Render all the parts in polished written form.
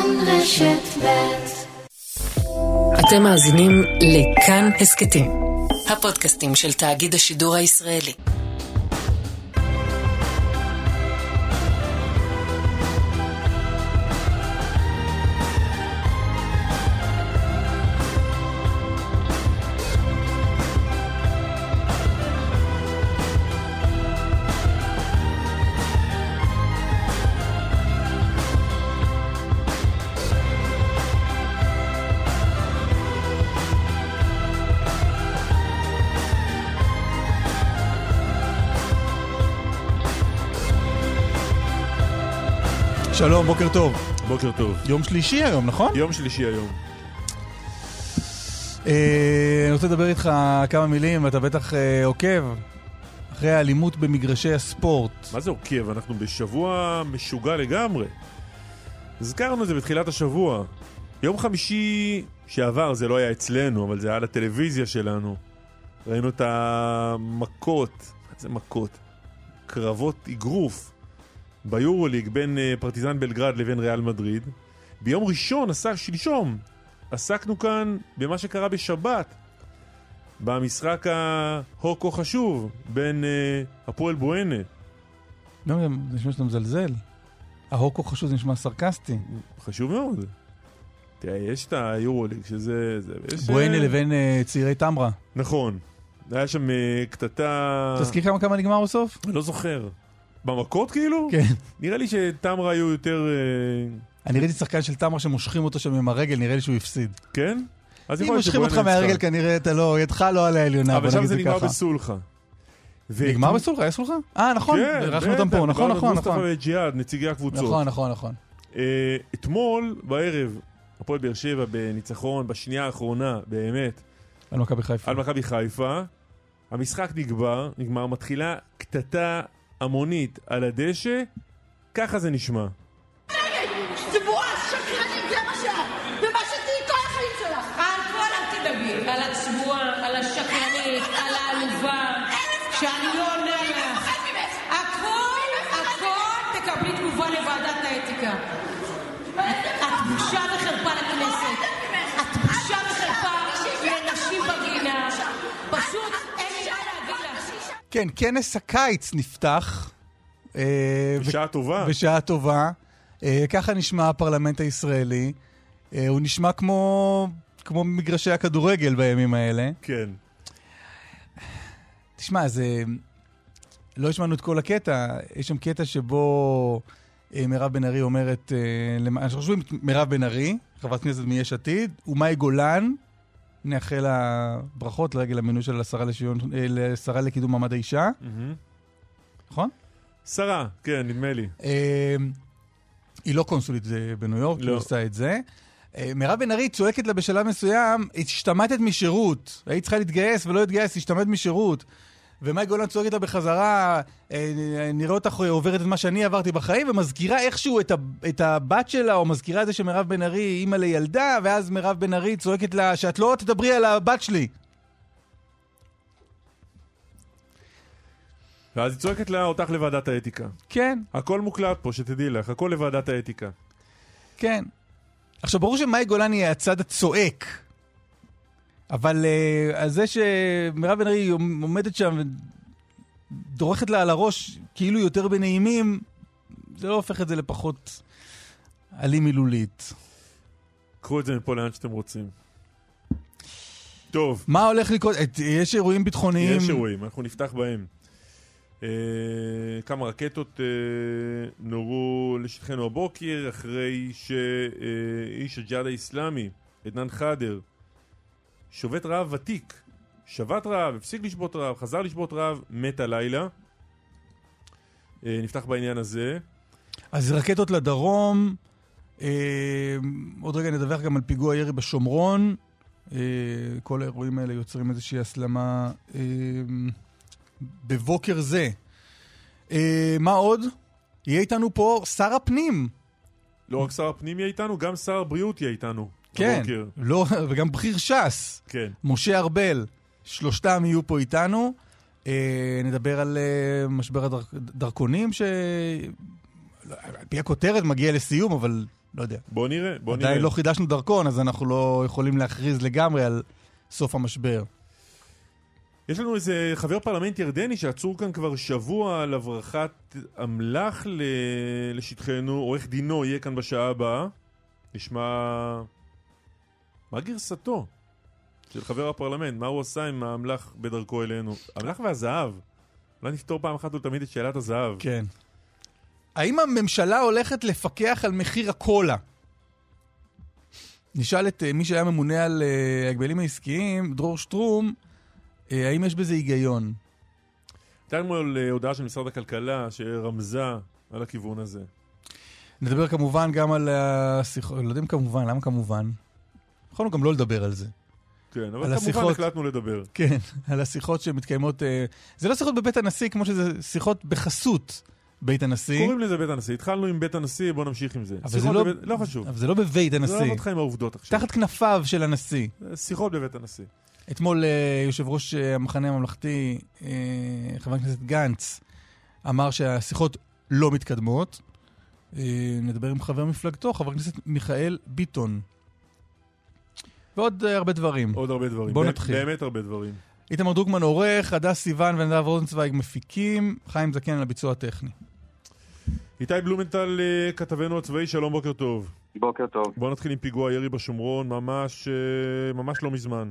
כאן רשת ב'. אתם מאזינים לכאן הסקטים, הפודקאסטים של תאגיד השידור הישראלי. שלום, בוקר טוב. בוקר טוב. יום שלישי היום, נכון? יום שלישי היום. אני רוצה לדבר איתך כמה מילים, ואתה בטח עוקב אחרי האלימות במגרשי הספורט. מה זה עוקב? אנחנו בשבוע משוגע לגמרי. הזכרנו את זה בתחילת השבוע. יום חמישי שעבר, זה לא היה אצלנו, אבל זה היה לטלוויזיה שלנו. ראינו את המכות, מה זה מכות? קרבות אגרוף. ביורוליג בין פרטיזן בלגרד לבין ריאל מדריד. ביום ראשון, שלשום, עסקנו כאן במה שקרה בשבת, במשחק ההוקו חשוב בין הפועל בואנה. לא, זה נשמע שאתה מזלזל. ההוקו חשוב זה נשמע סרקסטי. חשוב מאוד. תראה, יש את היורוליג שזה... בואנה לבין צעירי תמרה. נכון. היה שם קטטה... תזכיר כמה נגמר בסוף? אני לא זוכר. במכות כאילו? כן. נראה לי שתמרה היו יותר... אני ראיתי שחקן של תמרה שמושכים אותו שם עם הרגל, נראה לי שהוא הפסיד. כן? אם מושכים אותך מהרגל כנראה ידך לא על העליונה. אבל שם זה נגמר בסולחה. נגמר בסולחה? יש סולחה? נכון. רחנו אותם פה, נכון. מוסטפא וג'יהאד, נציגי הקבוצות. נכון. אתמול בערב, הפועל באר שבע בניצחון, בשנייה האחרונה, באמת. על מכבי חיפה. על מכבי חיפה. המשחק נגמר, מתחילה קטטה המונית על הדשא, ככה זה נשמע. צבועה, שקרנית, זה מה שאת, ומה שתהי כל החיים שלך. על כל אל תדברי, על הצבועה, על השקרנית, על העלובה, שאני לא עונה לך. הכל תקבלי תגובה לוועדת האתיקה. את בושה וחרפה לכנסת. את בושה וחרפה לנשים בגינה. פשוט אין לי מה להגיד לך. כן, כנס הקיץ נפתח. בשעה טובה. בשעה טובה. ככה נשמע הפרלמנט הישראלי. הוא נשמע כמו מגרשי הכדורגל בימים האלה. כן. תשמע, לא השמענו את כל הקטע. יש שם קטע שבו מירב בן ארי אומרת, אנחנו חושבים מירב בן ארי, חברת כנסת מיש עתיד, ומאי גולן, נאחל לה ברכות לרגל המינוי של לשרה לקידום מעמד האישה. נכון? שרה, כן, נדמה לי. היא לא קונסולית בניו יורק, היא עושה את זה. מירב בן ארי צועקת לה בשלב מסוים, השתמטת משירות. היית צריכה להתגייס ולא להתגייס, השתמט משירות. ומאי גולן צועקת לה בחזרה, נראה אותך עוברת את מה שאני עברתי בחיים, ומזכירה איכשהו את הבת שלה, או מזכירה את זה שמירב בן ארי היא אימא לילדה, ואז מירב בן ארי צועקת לה, שאת לא תדברי על הבת שלי. ואז היא צועקת לה אותך לוועדת האתיקה. כן. הכל מוקלט פה, שתדעי לך, הכל לוועדת האתיקה. כן. עכשיו, ברור שמאי גולן היא הצד הצועק, אבל על זה שמירב בן ארי עומדת שם ודורכת לה על הראש כאילו יותר בנעימים, זה לא הופך את זה לפחות אלים מילולית. קחו את זה מפה לאן שאתם רוצים. טוב. מה הולך לקרות? יש אירועים ביטחוניים? יש אירועים, אנחנו נפתח בהם. כמה רקטות נורו לשטחנו הבוקר, אחרי שאיש הג'יהאד האסלאמי, עדנאן חאדר, שובת רעב ותיק, שבת רעב, הפסיק לשבות רעב, חזר לשבות רעב, מת הלילה. נפתח בעניין הזה. אז רקטות לדרום, עוד רגע נדווח גם על פיגוע ירי בשומרון. כל האירועים האלה יוצרים איזושהי הסלמה בבוקר זה. מה עוד? יהיה איתנו פה שר הפנים. לא רק שר הפנים יהיה איתנו, גם שר הבריאות יהיה איתנו. כן, לא, וגם בכיר ש"ס. כן. משה ארבל. שלושתם יהיו פה איתנו. נדבר על משבר הדרכונים, על פי הכותרת מגיע לסיום, אבל לא יודע. בוא נראה. עדיין לא חידשנו דרכון, אז אנחנו לא יכולים להכריז לגמרי על סוף המשבר. יש לנו איזה חבר פרלמנט ירדני שעצור כאן כבר שבוע על הברחת אמל"ח לשטחנו. עורך דינו יהיה כאן בשעה הבאה. נשמע מה גרסתו של חבר הפרלמנט, מה הוא עושה עם האמל"ח בדרכו אלינו. אמל"ח והזהב. אולי נפתור פעם אחת ולתמיד את שאלת הזהב. כן. האם הממשלה הולכת לפקח על מחיר הקולה? נשאל את מי שהיה ממונה על ההגבלים העסקיים, דרור שטרום, האם יש בזה היגיון? תגמרו על הודעה של משרד הכלכלה שרמזה על הכיוון הזה. נדבר כמובן גם על השיחות, לא יודעים כמובן, למה כמובן? יכולנו גם לא לדבר על זה. כן, אבל כמובן החלטנו לדבר. כן, על השיחות שמתקיימות, זה לא שיחות בבית הנשיא, כמו שזה שיחות בחסות בית הנשיא. קוראים לזה בית הנשיא, התחלנו עם בית הנשיא, בוא נמשיך עם זה. אבל זה לא חשוב. אבל זה לא בבית הנשיא. זה לא אותך עם העובדות עכשיו. תחת כנפיו של הנשיא. שיחות בבית הנשיא. אתמול יושב ראש המחנה הממלכתי, חבר הכנסת גנץ, אמר שהשיחות לא מתקדמות. נדבר עם חבר מפלגתו, חבר הכנסת מיכאל ביטון. ועוד הרבה דברים. עוד הרבה דברים. בוא נתחיל. באמת הרבה דברים. איתמר דרוקמן עורך, הדס סיוון ונדב רוזנצוויג מפיקים, חיים זקן על הביצוע הטכני. איתי בלומנטל, כתבנו הצבאי, שלום, בוקר טוב. בוקר טוב. בוא נתחיל עם פיגוע ירי בשומרון, ממש לא מזמן.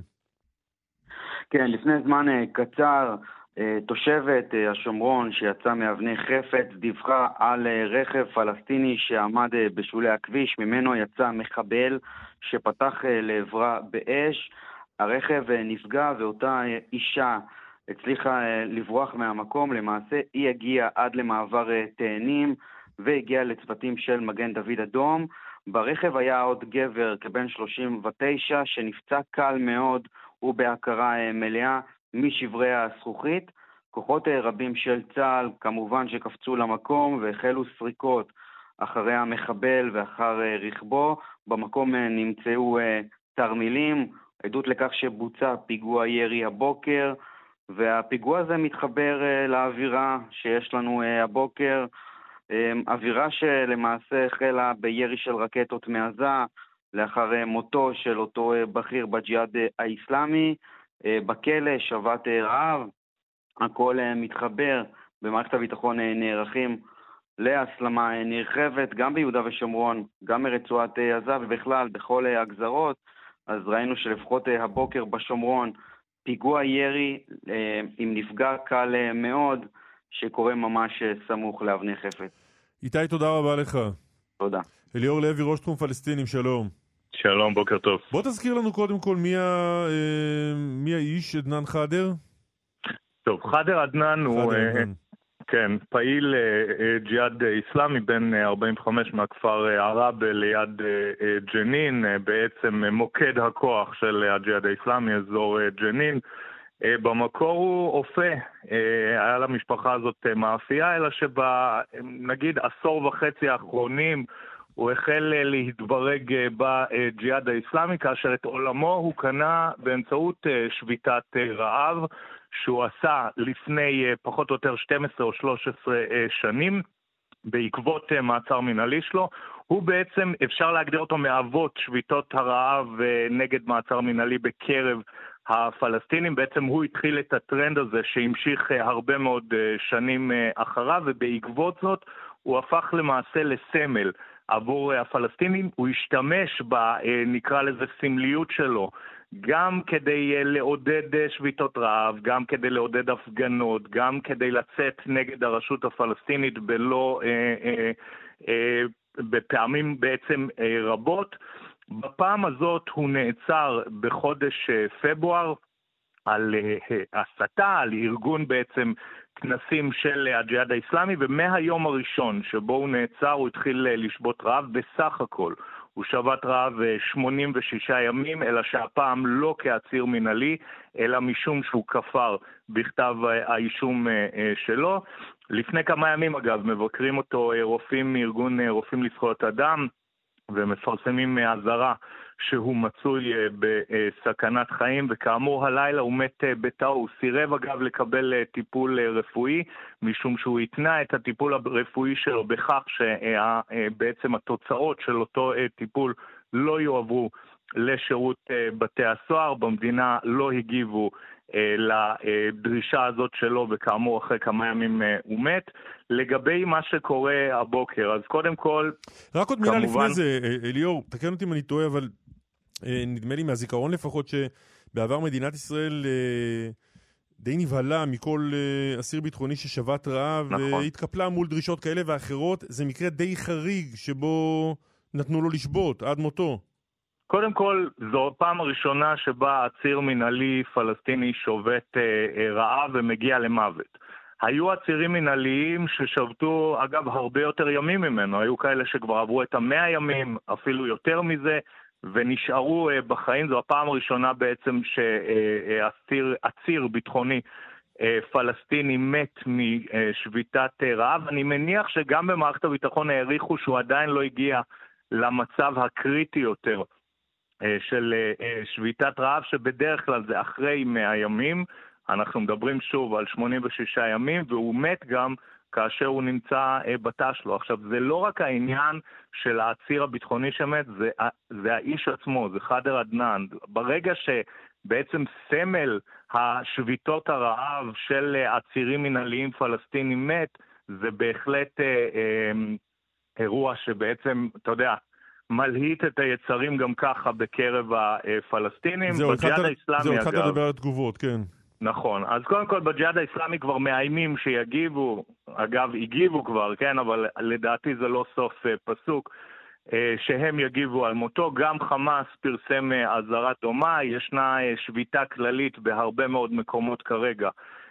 כן, לפני זמן קצר, תושבת השומרון שיצאה מאבני חפץ דיווחה על רכב פלסטיני שעמד בשולי הכביש, ממנו יצא מחבל שפתח לעברה באש. הרכב נפגע ואותה אישה הצליחה לברוח מהמקום. למעשה היא הגיעה עד למעבר תאנים והגיעה לצוותים של מגן דוד אדום. ברכב היה עוד גבר כבן 39 שנפצע קל מאוד ובהכרה מלאה משברי הזכוכית. כוחות רבים של צה"ל כמובן שקפצו למקום והחלו סריקות אחרי המחבל ואחר רכבו. במקום נמצאו תרמילים, עדות לכך שבוצע פיגוע ירי הבוקר, והפיגוע הזה מתחבר לאווירה שיש לנו הבוקר, אווירה שלמעשה החלה בירי של רקטות מעזה, לאחר מותו של אותו בכיר בג'יהאד האסלאמי, בכלא שבת רעב. הכל מתחבר. במערכת הביטחון נערכים להסלמה נרחבת, גם ביהודה ושומרון, גם מרצועת עזה ובכלל בכל הגזרות. אז ראינו שלפחות הבוקר בשומרון פיגוע ירי עם נפגע קל מאוד שקורה ממש סמוך לאבני חפץ. איתי, תודה רבה לך. תודה. אליאור לוי, ראש תחום פלסטינים, שלום. שלום, בוקר טוב. בוא תזכיר לנו קודם כל מי האיש, עדנאן חדר? טוב, חדר עדנאן הוא כן, פעיל ג'יהאד איסלאמי בן 45 מהכפר ערב ליד ג'נין, בעצם מוקד הכוח של הג'יהאד האיסלאמי, אזור ג'נין. במקור הוא אופה, היה למשפחה הזאת מאפייה, אלא נגיד 10.5 האחרונים הוא החל להתברג בג'יהאד האיסלאמי, כאשר את עולמו הוא קנה באמצעות שביתת רעב, שהוא עשה לפני פחות או יותר 12 או 13 שנים, בעקבות מעצר מנהלי שלו. הוא בעצם, אפשר להגדיר אותו מאבות שביתות הרעב נגד מעצר מנהלי בקרב הפלסטינים. בעצם הוא התחיל את הטרנד הזה שהמשיך הרבה מאוד שנים אחריו, ובעקבות זאת הוא הפך למעשה לסמל עבור הפלסטינים. הוא השתמש נקרא לזה סמליות שלו, גם כדי לעודד שביתות רעב, גם כדי לעודד הפגנות, גם כדי לצאת נגד הרשות הפלסטינית בפעמים בעצם רבות. בפעם הזאת הוא נעצר בחודש פברואר על הסתה, על ארגון בעצם כנסים של הג'יהאד האיסלאמי, ומהיום הראשון שבו הוא נעצר הוא התחיל לשבות רעב. בסך הכל הוא שבת רעב 86 ימים, אלא שהפעם לא כעציר מנהלי, אלא משום שהוא כפר בכתב האישום שלו. לפני כמה ימים אגב מבקרים אותו רופאים מארגון רופאים לזכויות אדם, ומפרסמים מהזרה שהוא מצוי בסכנת חיים, וכאמור הלילה הוא מת בתאו. הוא סירב אגב לקבל טיפול רפואי, משום שהוא התנה את הטיפול הרפואי שלו בכך שבעצם התוצאות של אותו טיפול לא יועברו לשירות בתי הסוהר. במדינה לא הגיבו לדרישה הזאת שלו, וכאמור אחרי כמה ימים הוא מת. לגבי מה שקורה הבוקר, אז קודם כל... רק עוד מילה לפני זה, אליאור, תקן אותי אם אני טועה, אבל נדמה לי מהזיכרון לפחות שבעבר מדינת ישראל די נבהלה מכל אסיר ביטחוני ששבת רעב, והתקפלה מול דרישות כאלה ואחרות. זה מקרה די חריג שבו נתנו לו לשבות עד מותו. קודם כל, זו פעם הראשונה שבה עציר מנהלי פלסטיני שובת רעב ומגיע למוות. היו עצירים מנהליים ששבתו, אגב, הרבה יותר ימים ממנו. היו כאלה שכבר עברו את 100 ימים, אפילו יותר מזה, ונשארו בחיים. זו הפעם הראשונה בעצם שעציר ביטחוני פלסטיני מת משביתת רעב. אני מניח שגם במערכת הביטחון העריכו שהוא עדיין לא הגיע למצב הקריטי יותר של שביתת רעב, שבדרך כלל זה אחרי 100 ימים. אנחנו מדברים שוב על 86 ימים, והוא מת גם כאשר הוא נמצא בתא שלו. עכשיו, זה לא רק העניין של העציר הביטחוני שמת, זה האיש עצמו, זה חדר עדנאן. ברגע שבעצם סמל השביתות הרעב של עצירים מנהליים פלסטינים מת, זה בהחלט אירוע שבעצם, אתה יודע, מלהיט את היצרים גם ככה בקרב הפלסטינים. זהו, התחלת לדבר על תגובות, כן. נכון, אז קודם כל בג'יהאד האסלאמי כבר מאיימים שיגיבו, אגב הגיבו כבר, כן, אבל לדעתי זה לא סוף פסוק, שהם יגיבו על מותו. גם חמאס פרסם אזהרה דומה, ישנה שביתה כללית בהרבה מאוד מקומות כרגע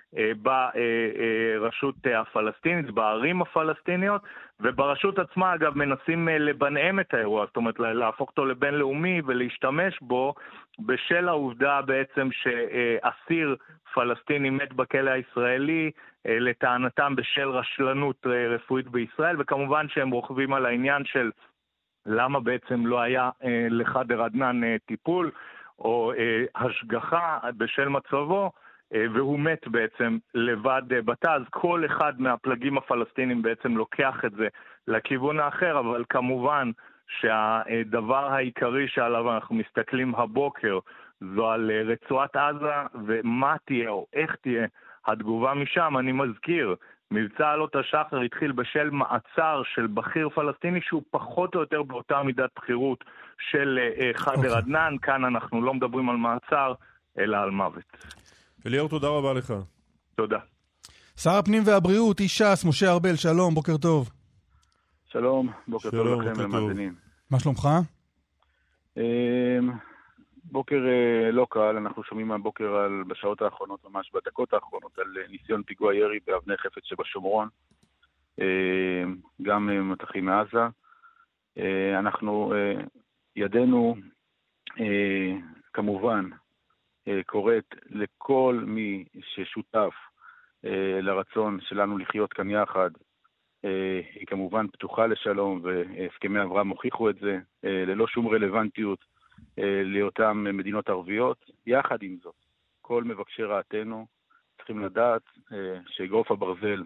ברשות הפלסטינית, בערים הפלסטיניות, וברשות עצמה אגב מנסים לבנאם את האירוע, זאת אומרת להפוך אותו לבינלאומי ולהשתמש בו בשל העובדה בעצם שאסיר פלסטיני מת בכלא הישראלי, לטענתם בשל רשלנות רפואית בישראל, וכמובן שהם רוכבים על העניין של למה בעצם לא היה לחדר עדנאן טיפול או השגחה בשל מצבו, והוא מת בעצם לבד בתא. אז כל אחד מהפלגים הפלסטינים בעצם לוקח את זה לכיוון האחר, אבל כמובן שהדבר העיקרי שעליו אנחנו מסתכלים הבוקר זו על רצועת עזה, ומה תהיה או איך תהיה התגובה משם. אני מזכיר, מבצע עלות השחר התחיל בשל מעצר של בכיר פלסטיני שהוא פחות או יותר באותה מידת בחירות של חדר עדנאן. כאן אנחנו לא מדברים על מעצר אלא על מוות. אליאור, תודה רבה לך. תודה. שר הפנים והבריאות, איש ש"ס, משה ארבל, שלום, בוקר טוב. שלום, בוקר טוב לכם למאזינים. מה שלומך? בוקר לא קל, אנחנו שומעים מהבוקר בשעות האחרונות, ממש בדקות האחרונות, על ניסיון פיגוע ירי באבני חפץ שבשומרון, גם מטחים מעזה. אנחנו, ידנו כמובן קוראת לכל מי ששותף לרצון שלנו לחיות כאן יחד, היא כמובן פתוחה לשלום, והסכמי אברהם הוכיחו את זה, ללא שום רלוונטיות לאותן מדינות ערביות. יחד עם זאת, כל מבקשי רעתנו צריכים לדעת שאגרוף הברזל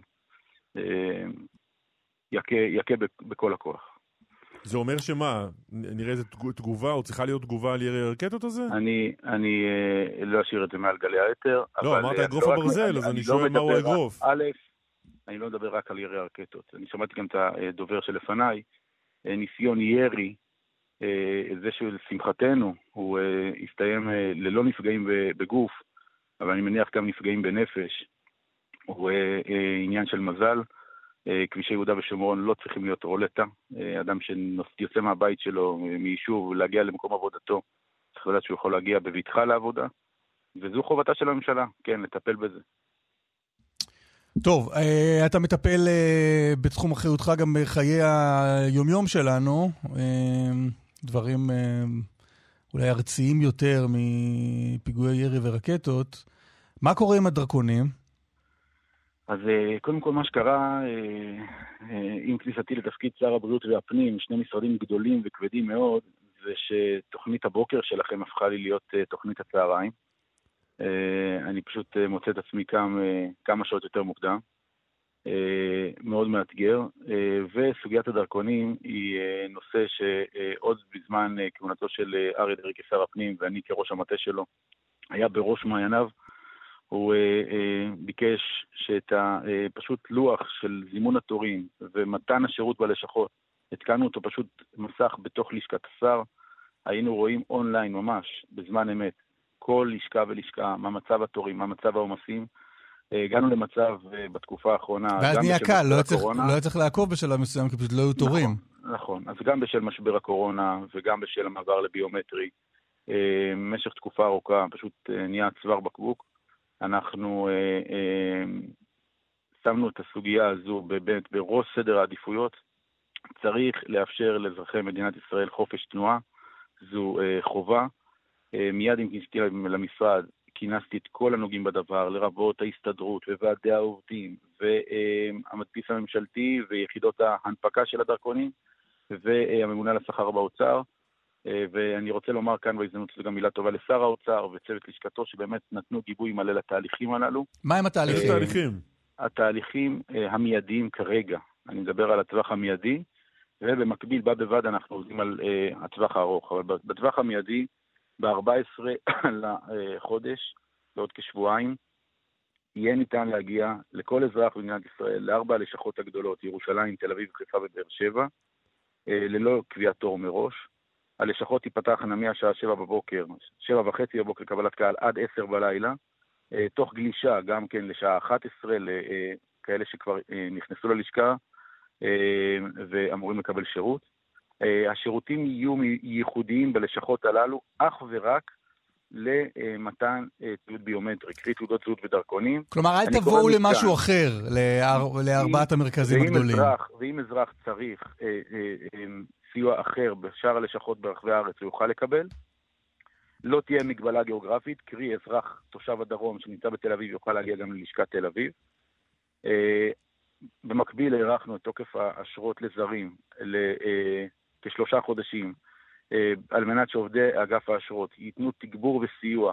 יכה בכל הכוח. זה אומר שמה? נראה איזה תגובה, או צריכה להיות תגובה על ירי הרקטות הזה? אני לא אשאיר את זה מעל גלי היתר. לא, אמרת אגרוף הברזל, אז אני שואל מהו האגרוף. א', אני לא מדבר רק על ירי הרקטות. אני שמעתי גם את הדובר שלפניי, ניסיון ירי, זה שלשמחתנו, הוא הסתיים ללא נפגעים בגוף, אבל אני מניח גם נפגעים בנפש. הוא עניין של מזל. כבישי יהודה ושומרון לא צריכים להיות רולטה. אדם שיוצא מהבית שלו, מיישוב, להגיע למקום עבודתו, צריך לדעת שהוא יכול להגיע בבטחה לעבודה, וזו חובתה של הממשלה, כן, לטפל בזה. טוב, אתה מטפל בתחום אחריותך גם בחיי היומיום שלנו, דברים אולי ארציים יותר מפיגועי ירי ורקטות. מה קורה עם הדרקונים? אז קודם כל מה שקרה עם כניסתי לתפקיד שר הבריאות והפנים, שני משרדים גדולים וכבדים מאוד, זה שתוכנית הבוקר שלכם הפכה לי להיות תוכנית הצהריים. אני פשוט מוצא את עצמי כמה שעות יותר מוקדם. מאוד מאתגר, וסוגיית הדרכונים היא נושא שעוד בזמן כהונתו של אריה דרעי כשר הפנים ואני כראש המטה שלו היה בראש מעייניו. הוא ביקש שאת פשוט לוח של זימון התורים ומתן השירות בלשכות, התקנו אותו פשוט מסך בתוך לשכת השר, היינו רואים אונליין ממש בזמן אמת כל לשכה ולשכה, מה מצב התורים, מה מצב העומסים. הגענו למצב בתקופה האחרונה, ואז נהיה קל, לא צריך לעקוב בשלב מסוים, כי פשוט לא היו תורים. נכון, אז גם בשל משבר הקורונה וגם בשל המעבר לביומטרי, במשך תקופה ארוכה פשוט נהיה צוואר בקבוק. אנחנו שמנו את הסוגיה הזו באמת בראש סדר העדיפויות. צריך לאפשר לאזרחי מדינת ישראל חופש תנועה, זו חובה. מיד עם כניסתי למשרד, כינסתי את כל הנוגעים בדבר, לרבות ההסתדרות וועדי העובדים והמדפיס הממשלתי ויחידות ההנפקה של הדרכונים והממונה על השכר באוצר. ואני רוצה לומר כאן בהזדמנות שזו גם מילה טובה לשר האוצר וצוות לשכתו שבאמת נתנו גיבוי מלא לתהליכים הללו. מה הם התהליכים? התהליכים המיידיים כרגע, אני מדבר על הטווח המיידי, ובמקביל בא בבד אנחנו עובדים על הטווח הארוך, אבל בטווח המיידי ב-14 לחודש, בעוד כשבועיים, יהיה ניתן להגיע לכל אזרח במדינת ישראל, לארבע הלשכות הגדולות, ירושלים, תל אביב, חיפה ובאר שבע, ללא קביעת תור מראש. הלשכות תיפתח מהשעה 7 בבוקר, 7:30 בבוקר קבלת קהל עד 10 בלילה, תוך גלישה גם כן לשעה 11 לכאלה שכבר נכנסו ללשכה ואמורים לקבל שירות. השירותים יהיו ייחודיים בלשכות הללו אך ורק למתן תיעוד ביומטרי, קרי תעודות זהות ודרכונים. כלומר, אל תבואו למשהו אחר, לארבעת המרכזים הגדולים. ואם אזרח צריך סיוע אחר בשאר הלשכות ברחבי הארץ, הוא יוכל לקבל. לא תהיה מגבלה גיאוגרפית, קרי אזרח תושב הדרום שנמצא בתל אביב יוכל להגיע גם ללשכת תל אביב. במקביל הערכנו את תוקף האשרות לזרים כ3 חודשים, על מנת שעובדי אגף האשרות ייתנו תגבור וסיוע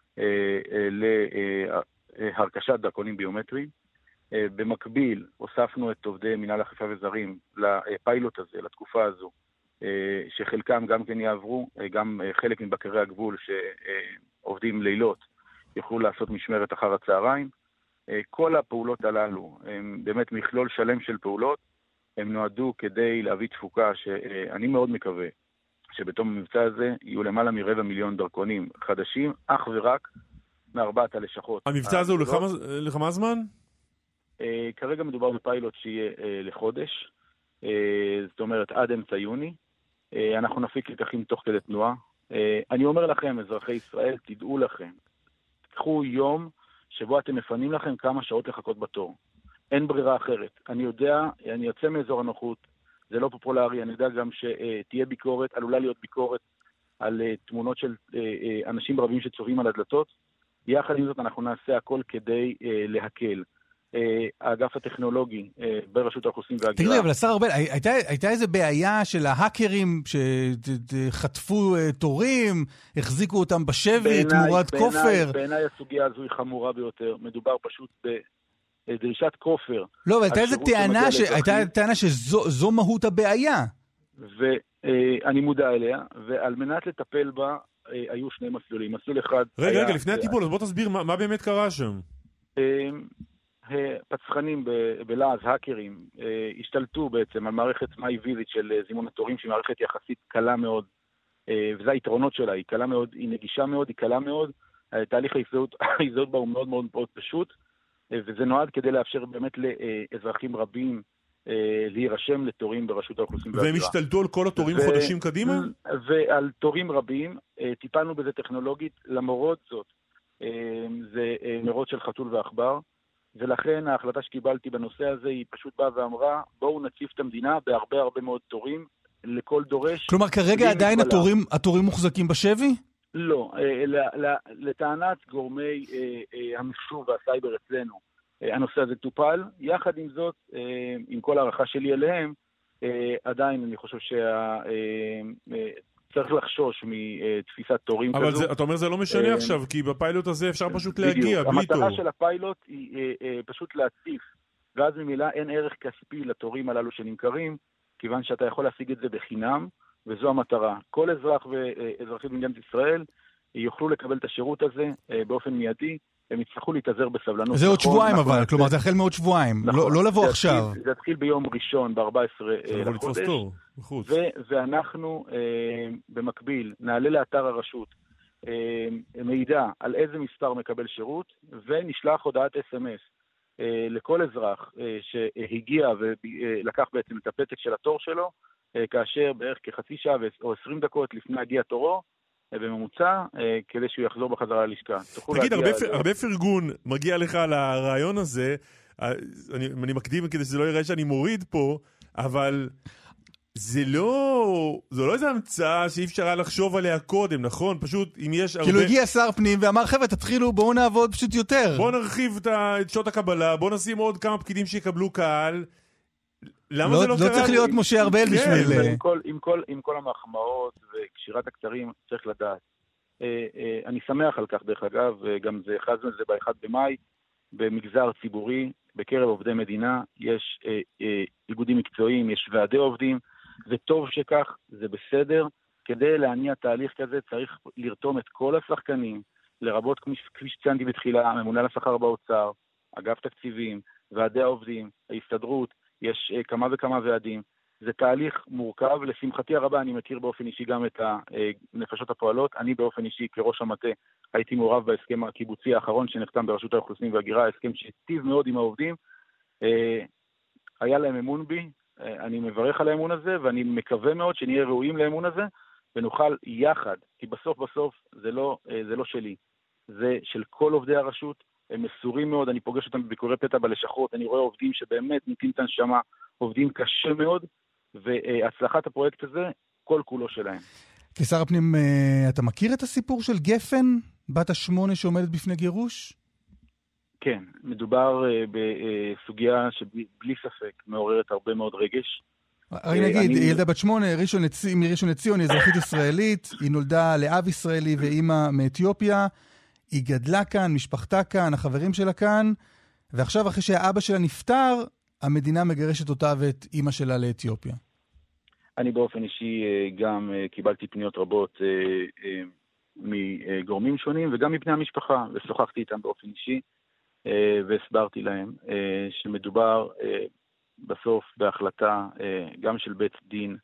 להרכשת דרכונים ביומטריים. במקביל הוספנו את עובדי מינהל אכיפה וזרים לפיילוט הזה, לתקופה הזו, שחלקם גם כן יעברו, גם חלק מבקרי הגבול שעובדים לילות יוכלו לעשות משמרת אחר הצהריים. כל הפעולות הללו הם באמת מכלול שלם של פעולות, הם נועדו כדי להביא תפוקה שאני מאוד מקווה שבתום המבצע הזה יהיו למעלה מ250,000 דרכונים חדשים, אך ורק מארבעת הלשכות. המבצע הזה הוא לכמה זמן? כרגע מדובר בפיילוט שיהיה לחודש, זאת אומרת עד אמצע יוני. אנחנו נפיק לקחים תוך כדי תנועה. אני אומר לכם, אזרחי ישראל, תדעו לכם, תקחו יום שבו אתם מפנים לכם כמה שעות לחכות בתור. אין ברירה אחרת. אני יודע, אני יוצא מאזור הנוחות, זה לא פופולרי, אני יודע גם שתהיה ביקורת, עלולה להיות ביקורת על תמונות של אנשים רבים שצובעים על הדלתות. יחד עם זאת אנחנו נעשה הכל כדי להקל. האגף הטכנולוגי ברשות האוכלוסין וההגירה. תגידי, אבל השר ארבל, הייתה איזו בעיה של ההאקרים שחטפו תורים, החזיקו אותם בשבי, תמורת כופר? בעיניי הסוגיה הזו היא חמורה ביותר. מדובר פשוט בדרישת כופר. לא, אבל הייתה טענה שזו מהות הבעיה. ואני מודע אליה, ועל מנת לטפל בה היו שני מסלולים. מסלול אחד... רגע, לפני הטיפול, אז בוא תסביר מה באמת קרה שם. פצחנים בלעז, האקרים, השתלטו בעצם על מערכת MyVisit של זימון התורים, שהיא מערכת יחסית קלה מאוד, וזה היתרונות שלה, היא קלה מאוד, היא נגישה מאוד, היא קלה מאוד, תהליך ההזדהות בה הוא מאוד מאוד מאוד פשוט, וזה נועד כדי לאפשר באמת לאזרחים רבים להירשם לתורים ברשות האוכלוסין וההגירה. והם השתלטו על כל התורים חודשים קדימה? ועל תורים רבים, טיפלנו בזה טכנולוגית, למרות זאת, זה מרוץ של חתול ועכבר, ולכן ההחלטה שקיבלתי בנושא הזה היא פשוט באה ואמרה, בואו נציף את המדינה בהרבה הרבה מאוד תורים, לכל דורש. כלומר, כרגע עדיין התורים מוחזקים בשבי? לא, לטענת גורמי המחשוב והסייבר אצלנו, הנושא הזה טופל. יחד עם זאת, עם כל הערכה שלי אליהם, עדיין אני חושב צריך לחשוש מתפיסת תורים כזו. אבל אתה אומר זה לא משנה עכשיו, כי בפיילוט הזה אפשר פשוט להגיע בלי תור. המטרה של הפיילוט היא פשוט להציף, ואז ממילא אין ערך כספי לתורים הללו שנמכרים, כיוון שאתה יכול להשיג את זה בחינם, וזו המטרה. כל אזרח ואזרחית במדינת ישראל יוכלו לקבל את השירות הזה באופן מיידי, הם יצטרכו להתאזר בסבלנות. זה עוד שבועיים אבל, כלומר זה החל מעוד שבועיים, לא לבוא עכשיו. זה התחיל ביום ראשון, ב-14 לחודש, ואנחנו במקביל נעלה לאתר הרשות מידע על איזה מספר מקבל שירות, ונשלח הודעת SMS לכל אזרח שהגיע ולקח בעצם את הפתק של התור שלו, כאשר בערך כחצי שעה או 20 דקות לפני הגיע תורו, בממוצע, כדי שהוא יחזור בחזרה ללשכה. תגיד, הרבה פרגון מגיע לך לרעיון הזה, אני מקדים כדי שזה לא יראה שאני מוריד פה, אבל זה לא איזו המצאה שאי אפשר היה לחשוב עליה קודם, נכון? פשוט אם יש הרבה... כאילו הגיע שר פנים ואמר, חבר'ה, תתחילו, בואו נעבוד פשוט יותר. בואו נרחיב את שעות הקבלה, בואו נשים עוד כמה פקידים שיקבלו קהל. למה זה לא קרה? לא צריך להיות משה ארבל בשביל... עם כל המחמאות וקשירת הקצרים צריך לדעת. אני שמח על כך דרך אגב, גם זה חזנו את זה ב-1 במאי, במגזר ציבורי, בקרב עובדי מדינה, יש איגודים מקצועיים, יש ועדי עובדים, זה טוב שכך, זה בסדר. כדי להניע תהליך כזה צריך לרתום את כל השחקנים, לרבות כפי שציינתי בתחילה, הממונה על השכר באוצר, אגף תקציבים, ועדי העובדים, ההסתדרות, יש כמה וכמה ועדים. זה תהליך מורכב, לשמחתי הרבה אני מכיר באופן אישי גם את הנפשות הפועלות. אני באופן אישי כראש המטה הייתי מעורב בהסכם הקיבוצי האחרון שנחתם ברשות האוכלוסין וההגירה, הסכם שהיטיב מאוד עם העובדים. היה להם אמון בי, אני מברך על האמון הזה, ואני מקווה מאוד שנהיה ראויים לאמון הזה, ונוכל יחד, כי בסוף זה לא שלי, זה של כל עובדי הרשות, הם מסורים מאוד, אני פוגש אותם בביקורי פתע בלשכות, אני רואה עובדים שבאמת ניתים את הנשמה, עובדים קשה מאוד, והצלחת הפרויקט הזה, כל כולו שלהם. כשר הפנים, אתה מכיר את הסיפור של גפן, בת ה8 שעומדת בפני גירוש? כן, מדובר בסוגיה שבלי ספק מעוררת הרבה מאוד רגש. הרי נגיד, ילדה בת 8, מראשון לציון, היא אזרחית ישראלית, היא נולדה לאב ישראלי ואימא מאתיופיה, היא גדלה כאן, משפחתה כאן, החברים שלה כאן, ועכשיו אחרי שהאבא שלה נפטר, המדינה מגרשת אותה ואת אימא שלה לאתיופיה. אני באופן אישי גם קיבלתי פניות רבות מגורמים שונים, וגם מפני המשפחה, ושוחחתי איתם באופן אישי, והסברתי להם שמדובר בסוף בהחלטה גם של בית דין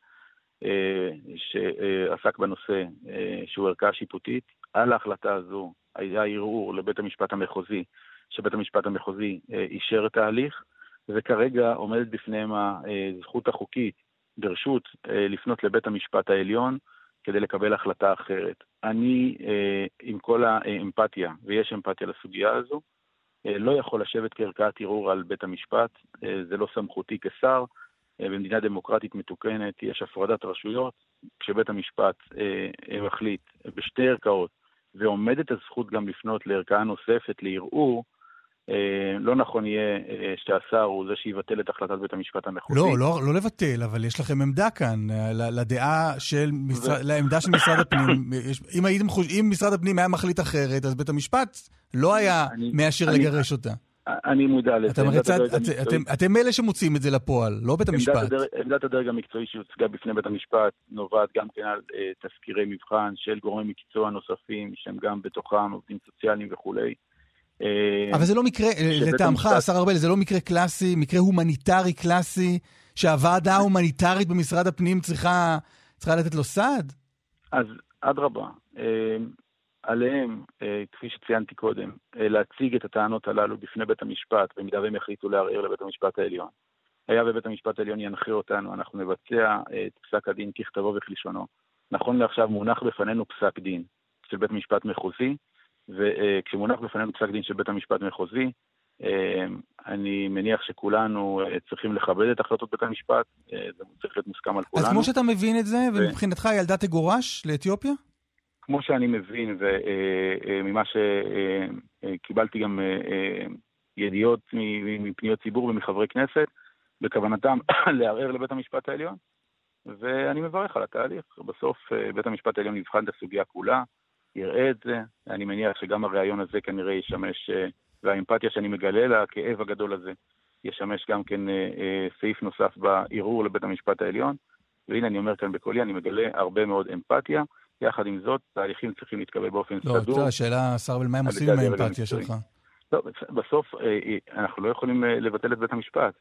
שעסק בנושא שהוא ערכאה שיפוטית. על ההחלטה הזו היה ערעור לבית המשפט המחוזי, שבית המשפט המחוזי אישר את ההליך, וכרגע עומדת בפניהם הזכות החוקית ברשות לפנות לבית המשפט העליון כדי לקבל החלטה אחרת. אני עם כל האמפתיה, ויש אמפתיה לסוגיה הזו, לא יכול לשבת כערכאת ערעור על בית המשפט, זה לא סמכותי כשר. במדינה דמוקרטית מתוקנת יש הפרדת רשויות, כשבית המשפט מחליט בשתי ערכאות, ועומדת הזכות גם לפנות לערכאה נוספת לערעור, לא נכון יהיה שהשר הוא זה שיבטל את החלטת בית המשפט המחוזי. לא לבטל, אבל יש לכם עמדה כאן, לעמדה של משרד הפנים. אם משרד הפנים היה מחליט אחרת, אז בית המשפט לא היה מאשר לגרש אותה. אני מודע לזה. אתם אלה שמוצאים את זה לפועל, לא בית המשפט. עמדת הדרג המקצועי שהוצגה בפני בית המשפט נובעת גם כן על תזכירי מבחן של גורמי מקצוע נוספים, שהם גם בתוכם עובדים סוציאליים וכולי. אבל זה לא מקרה, לטעמך, שר ארבל, זה לא מקרה קלאסי, מקרה הומניטרי קלאסי, שהוועדה ההומניטרית במשרד הפנים צריכה לתת לו סעד? אז אדרבה, עליהם, כפי שציינתי קודם, להציג את הטענות הללו בפני בית המשפט, במידה והם יחליטו לערער לבית המשפט העליון. היה ובית המשפט העליון ינחה אותנו, אנחנו נבצע את פסק הדין ככתבו וכלשונו. נכון לעכשיו מונח בפנינו פסק דין של בית משפט מחוזי, וכשמונח בפנינו פסק דין של בית המשפט מחוזי, אני מניח שכולנו צריכים לכבד את החלטות בית המשפט, זה צריך להיות מוסכם על כולנו. אז כמו שאתה מבין את זה, ומבחינתך ילדה תגורש לאתיופיה? כמו שאני מבין, וממה שקיבלתי גם ידיעות מפניות ציבור ומחברי כנסת, בכוונתם לערער לבית המשפט העליון, ואני מברך על התהליך. בסוף בית המשפט העליון יבחן את הסוגיה כולה, יראה את זה, אני מניח שגם הרעיון הזה כנראה ישמש, והאמפתיה שאני מגלה לה, הכאב הגדול הזה, ישמש גם כן סעיף נוסף בערעור לבית המשפט העליון, והנה אני אומר כאן בקולי, אני מגלה הרבה מאוד אמפתיה, יחד עם זאת, תהליכים צריכים להתקבל באופן סדור. לא, השאלה, שר ולמה הם עושים עם האמפתיה שלך? לא, בסוף אנחנו לא יכולים לבטל את בית המשפט.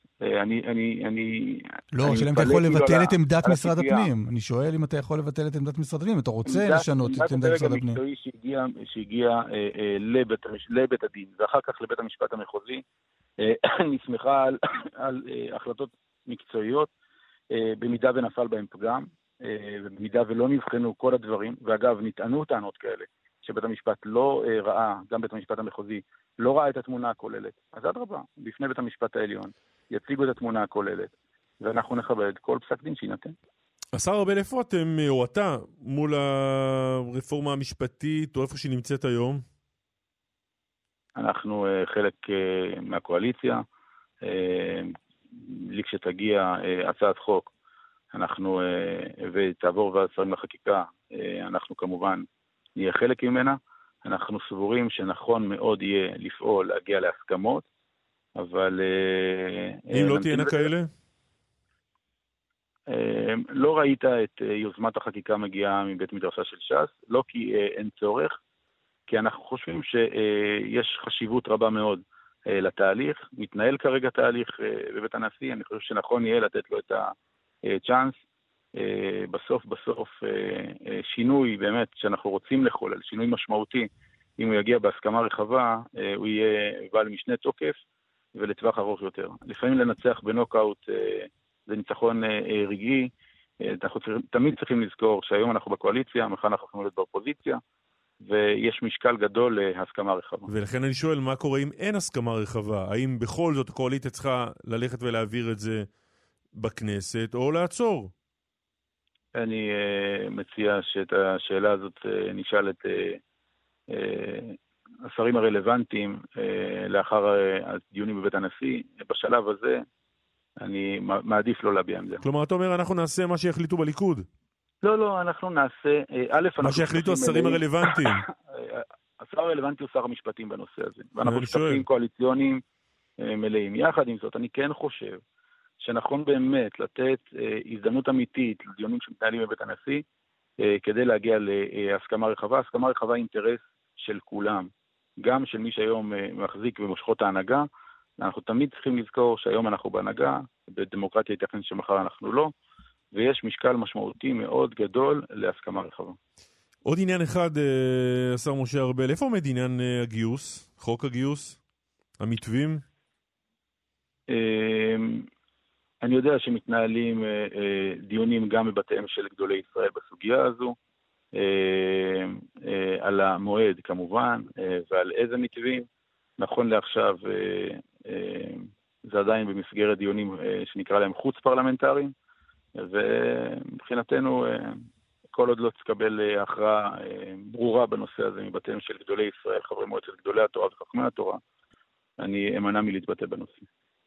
לא, שאלה אם אתה יכול לבטל את עמדת משרד הפנים. אני שואל אם אתה יכול לבטל את עמדת משרד הפנים, אתה רוצה לשנות את עמדת משרד הפנים. עמדת הדרג המקצועי שהגיע לבית הדין, ואחר כך לבית המשפט המחוזי, נסמכה על החלטות מקצועיות, במידה ונפל בהם פגם, ובמידה ולא נבחנו כל הדברים, ואגב, נטענו טענות כאלה, שבית המשפט לא ראה, גם בית המשפט המחוזי, לא ראה את התמונה הכוללת. אז אדרבה, בפני בית המשפט העליון, יציגו את התמונה הכוללת, ואנחנו נכבד כל פסק דין שיינתן. השר ארבל, איפה אתם, או אתה, מול הרפורמה המשפטית, או איפה שהיא נמצאת היום? אנחנו חלק מהקואליציה, לכשתגיע הצעת חוק, אנחנו, ותעבור ועדת שרים לחקיקה, אנחנו כמובן נהיה חלק ממנה. אנחנו סבורים שנכון מאוד יהיה לפעול, להגיע להסכמות, אבל... אם לא תהיינה כאלה? לא ראית את יוזמת החקיקה מגיעה מבית מדרשה של ש"ס, לא כי אין צורך, כי אנחנו חושבים שיש חשיבות רבה מאוד לתהליך, מתנהל כרגע תהליך בבית הנשיא, אני חושב שנכון יהיה לתת לו את הצ'אנס, בסוף שינוי באמת שאנחנו רוצים לחולל, שינוי משמעותי, אם הוא יגיע בהסכמה רחבה, הוא יהיה בעל משנה תוקף ולטווח ארוך יותר. לפעמים לנצח בנוקאוט זה ניצחון רגעי, אנחנו תמיד צריכים לזכור שהיום אנחנו בקואליציה, מחר אנחנו יכולים להיות באופוזיציה, ויש משקל גדול להסכמה רחבה. ולכן אני שואל, מה קורה אם אין הסכמה רחבה? האם בכל זאת הקואליציה צריכה ללכת ולהעביר את זה בכנסת, או לעצור? אני מציע שאת השאלה הזאת נשאל את השרים הרלוונטיים לאחר הדיונים בבית הנשיא. בשלב הזה אני מעדיף לא להביע עמדה. כלומר, אתה אומר, אנחנו נעשה מה שיחליטו בליכוד? לא, אנחנו נעשה... מה שיחליטו השרים הרלוונטיים. השר הרלוונטי הוא שר המשפטים בנושא הזה. ואנחנו שותפים קואליציוניים מלאים. יחד עם זאת, אני כן חושב שנכון באמת לתת הזדמנות אמיתית לדיונים שמתנהלים בבית הנשיא, כדי להגיע להסכמה רחבה. הסכמה רחבה היא אינטרס של כולם, גם של מי שהיום מחזיק במושכות ההנהגה. אנחנו תמיד צריכים לזכור שהיום אנחנו בהנהגה, בדמוקרטיה ייתכן שמחר אנחנו לא, ויש משקל משמעותי מאוד גדול להסכמה רחבה. עוד עניין אחד, השר משה ארבל, איפה עומד עניין הגיוס, חוק הגיוס, המתווים? אני יודע שמתנהלים דיונים גם בבתיהם של גדולי ישראל בסוגיה הזו, על המועד כמובן, ועל איזה מתווים. נכון לעכשיו זה עדיין במסגרת דיונים שנקרא להם חוץ פרלמנטריים, ומבחינתנו כל עוד לא תקבל הכרעה ברורה בנושא הזה מבתיהם של גדולי ישראל, חברי מועצת גדולי התורה וחכמי התורה, אני אמנע מלהתבטא בנושא.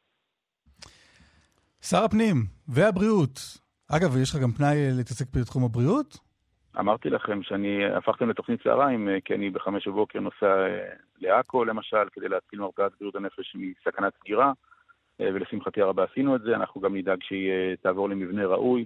שר הפנים והבריאות. אגב, יש לך גם פנאי להתעסק בתחום הבריאות? אמרתי לכם שאני הפכתם לתוכנית צהריים, כי אני ב5 בבוקר נוסע לעכו למשל, כדי להתקיל מרפאת בריאות הנפש מסכנת סגירה, ולשמחתי הרבה עשינו את זה. אנחנו גם נדאג שהיא תעבור למבנה ראוי,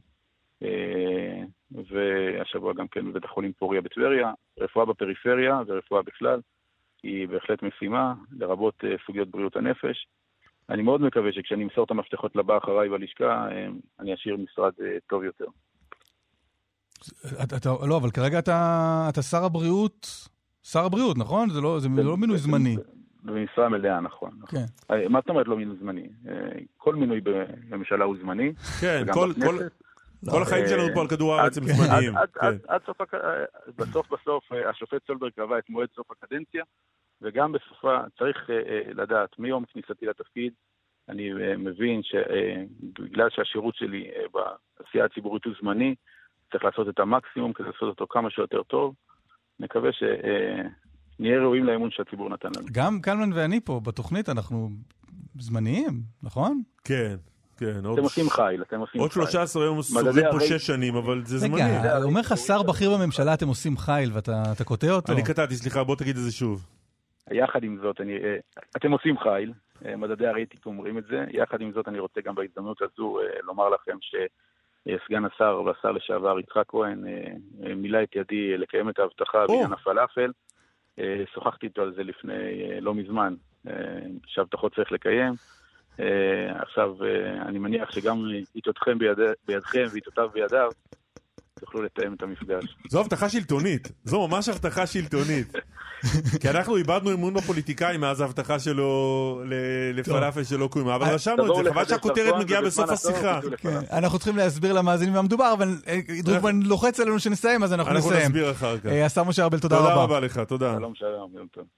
והשבוע גם כן בבית החולים פוריה בטבריה. רפואה בפריפריה ורפואה בכלל היא בהחלט משימה, לרבות סוגיות בריאות הנפש. אני מאוד מקווה שכשאני אמסור את המפתחות לבא אחריי בלשכה, אני אשאיר משרד טוב יותר. לא, אבל כרגע אתה שר הבריאות, נכון? זה לא מינוי זמני. במשרה מלאה, נכון. מה זאת אומרת לא מינוי זמני? כל מינוי בממשלה הוא זמני. כן, כל החיים שלנו פה על כדור הארץ הם זמניים. בסוף השופט סולברג קבע את מועד סוף הקדנציה, וגם בסופה צריך לדעת, מיום כניסתי לתפקיד, אני מבין שבגלל שהשירות שלי בעשייה הציבורית הוא זמני, צריך לעשות את המקסימום כדי לעשות אותו כמה שיותר טוב. נקווה נהיה ראויים לאמון שהציבור נתן לנו. גם קלמן ואני פה בתוכנית, אנחנו זמניים, נכון? כן. אתם עושים חייל, עוד 13 יום סובלים פה 6 שנים, אבל זה זמני. רגע, אומר לך שר בכיר בממשלה, אתם עושים חייל, ואתה קוטע אותו? אני קטעתי, סליחה, בוא תגיד את זה שוב. יחד עם זאת, אתם עושים חייל, מדדי הרייטינג אומרים את זה, יחד עם זאת אני רוצה גם בהזדמנות הזו לומר לכם שסגן השר והשר לשעבר יצחק כהן מילא את ידי לקיים את ההבטחה בעניין הפלאפל, שוחחתי איתו על זה לפני לא מזמן, שההבטחות צריך לקיים, עכשיו אני מניח שגם איתותכם בידכם ואיתותיו בידיו, תוכלו לתאם את המפגש. זו הבטחה שלטונית, זו ממש הבטחה שלטונית. כי אנחנו איבדנו אמון בפוליטיקאים מאז ההבטחה שלו לפלאפל שלא קוימה, אבל רשמנו את זה, חבל שהכותרת מגיעה בסוף השיחה. אנחנו צריכים להסביר למאזינים מה מדובר, אבל דרוקמן לוחץ עלינו שנסיים, אז אנחנו נסיים. אנחנו נסביר אחר כך. השר משה ארבל, תודה רבה. תודה רבה לך, תודה. שלום, שלום, יום טוב.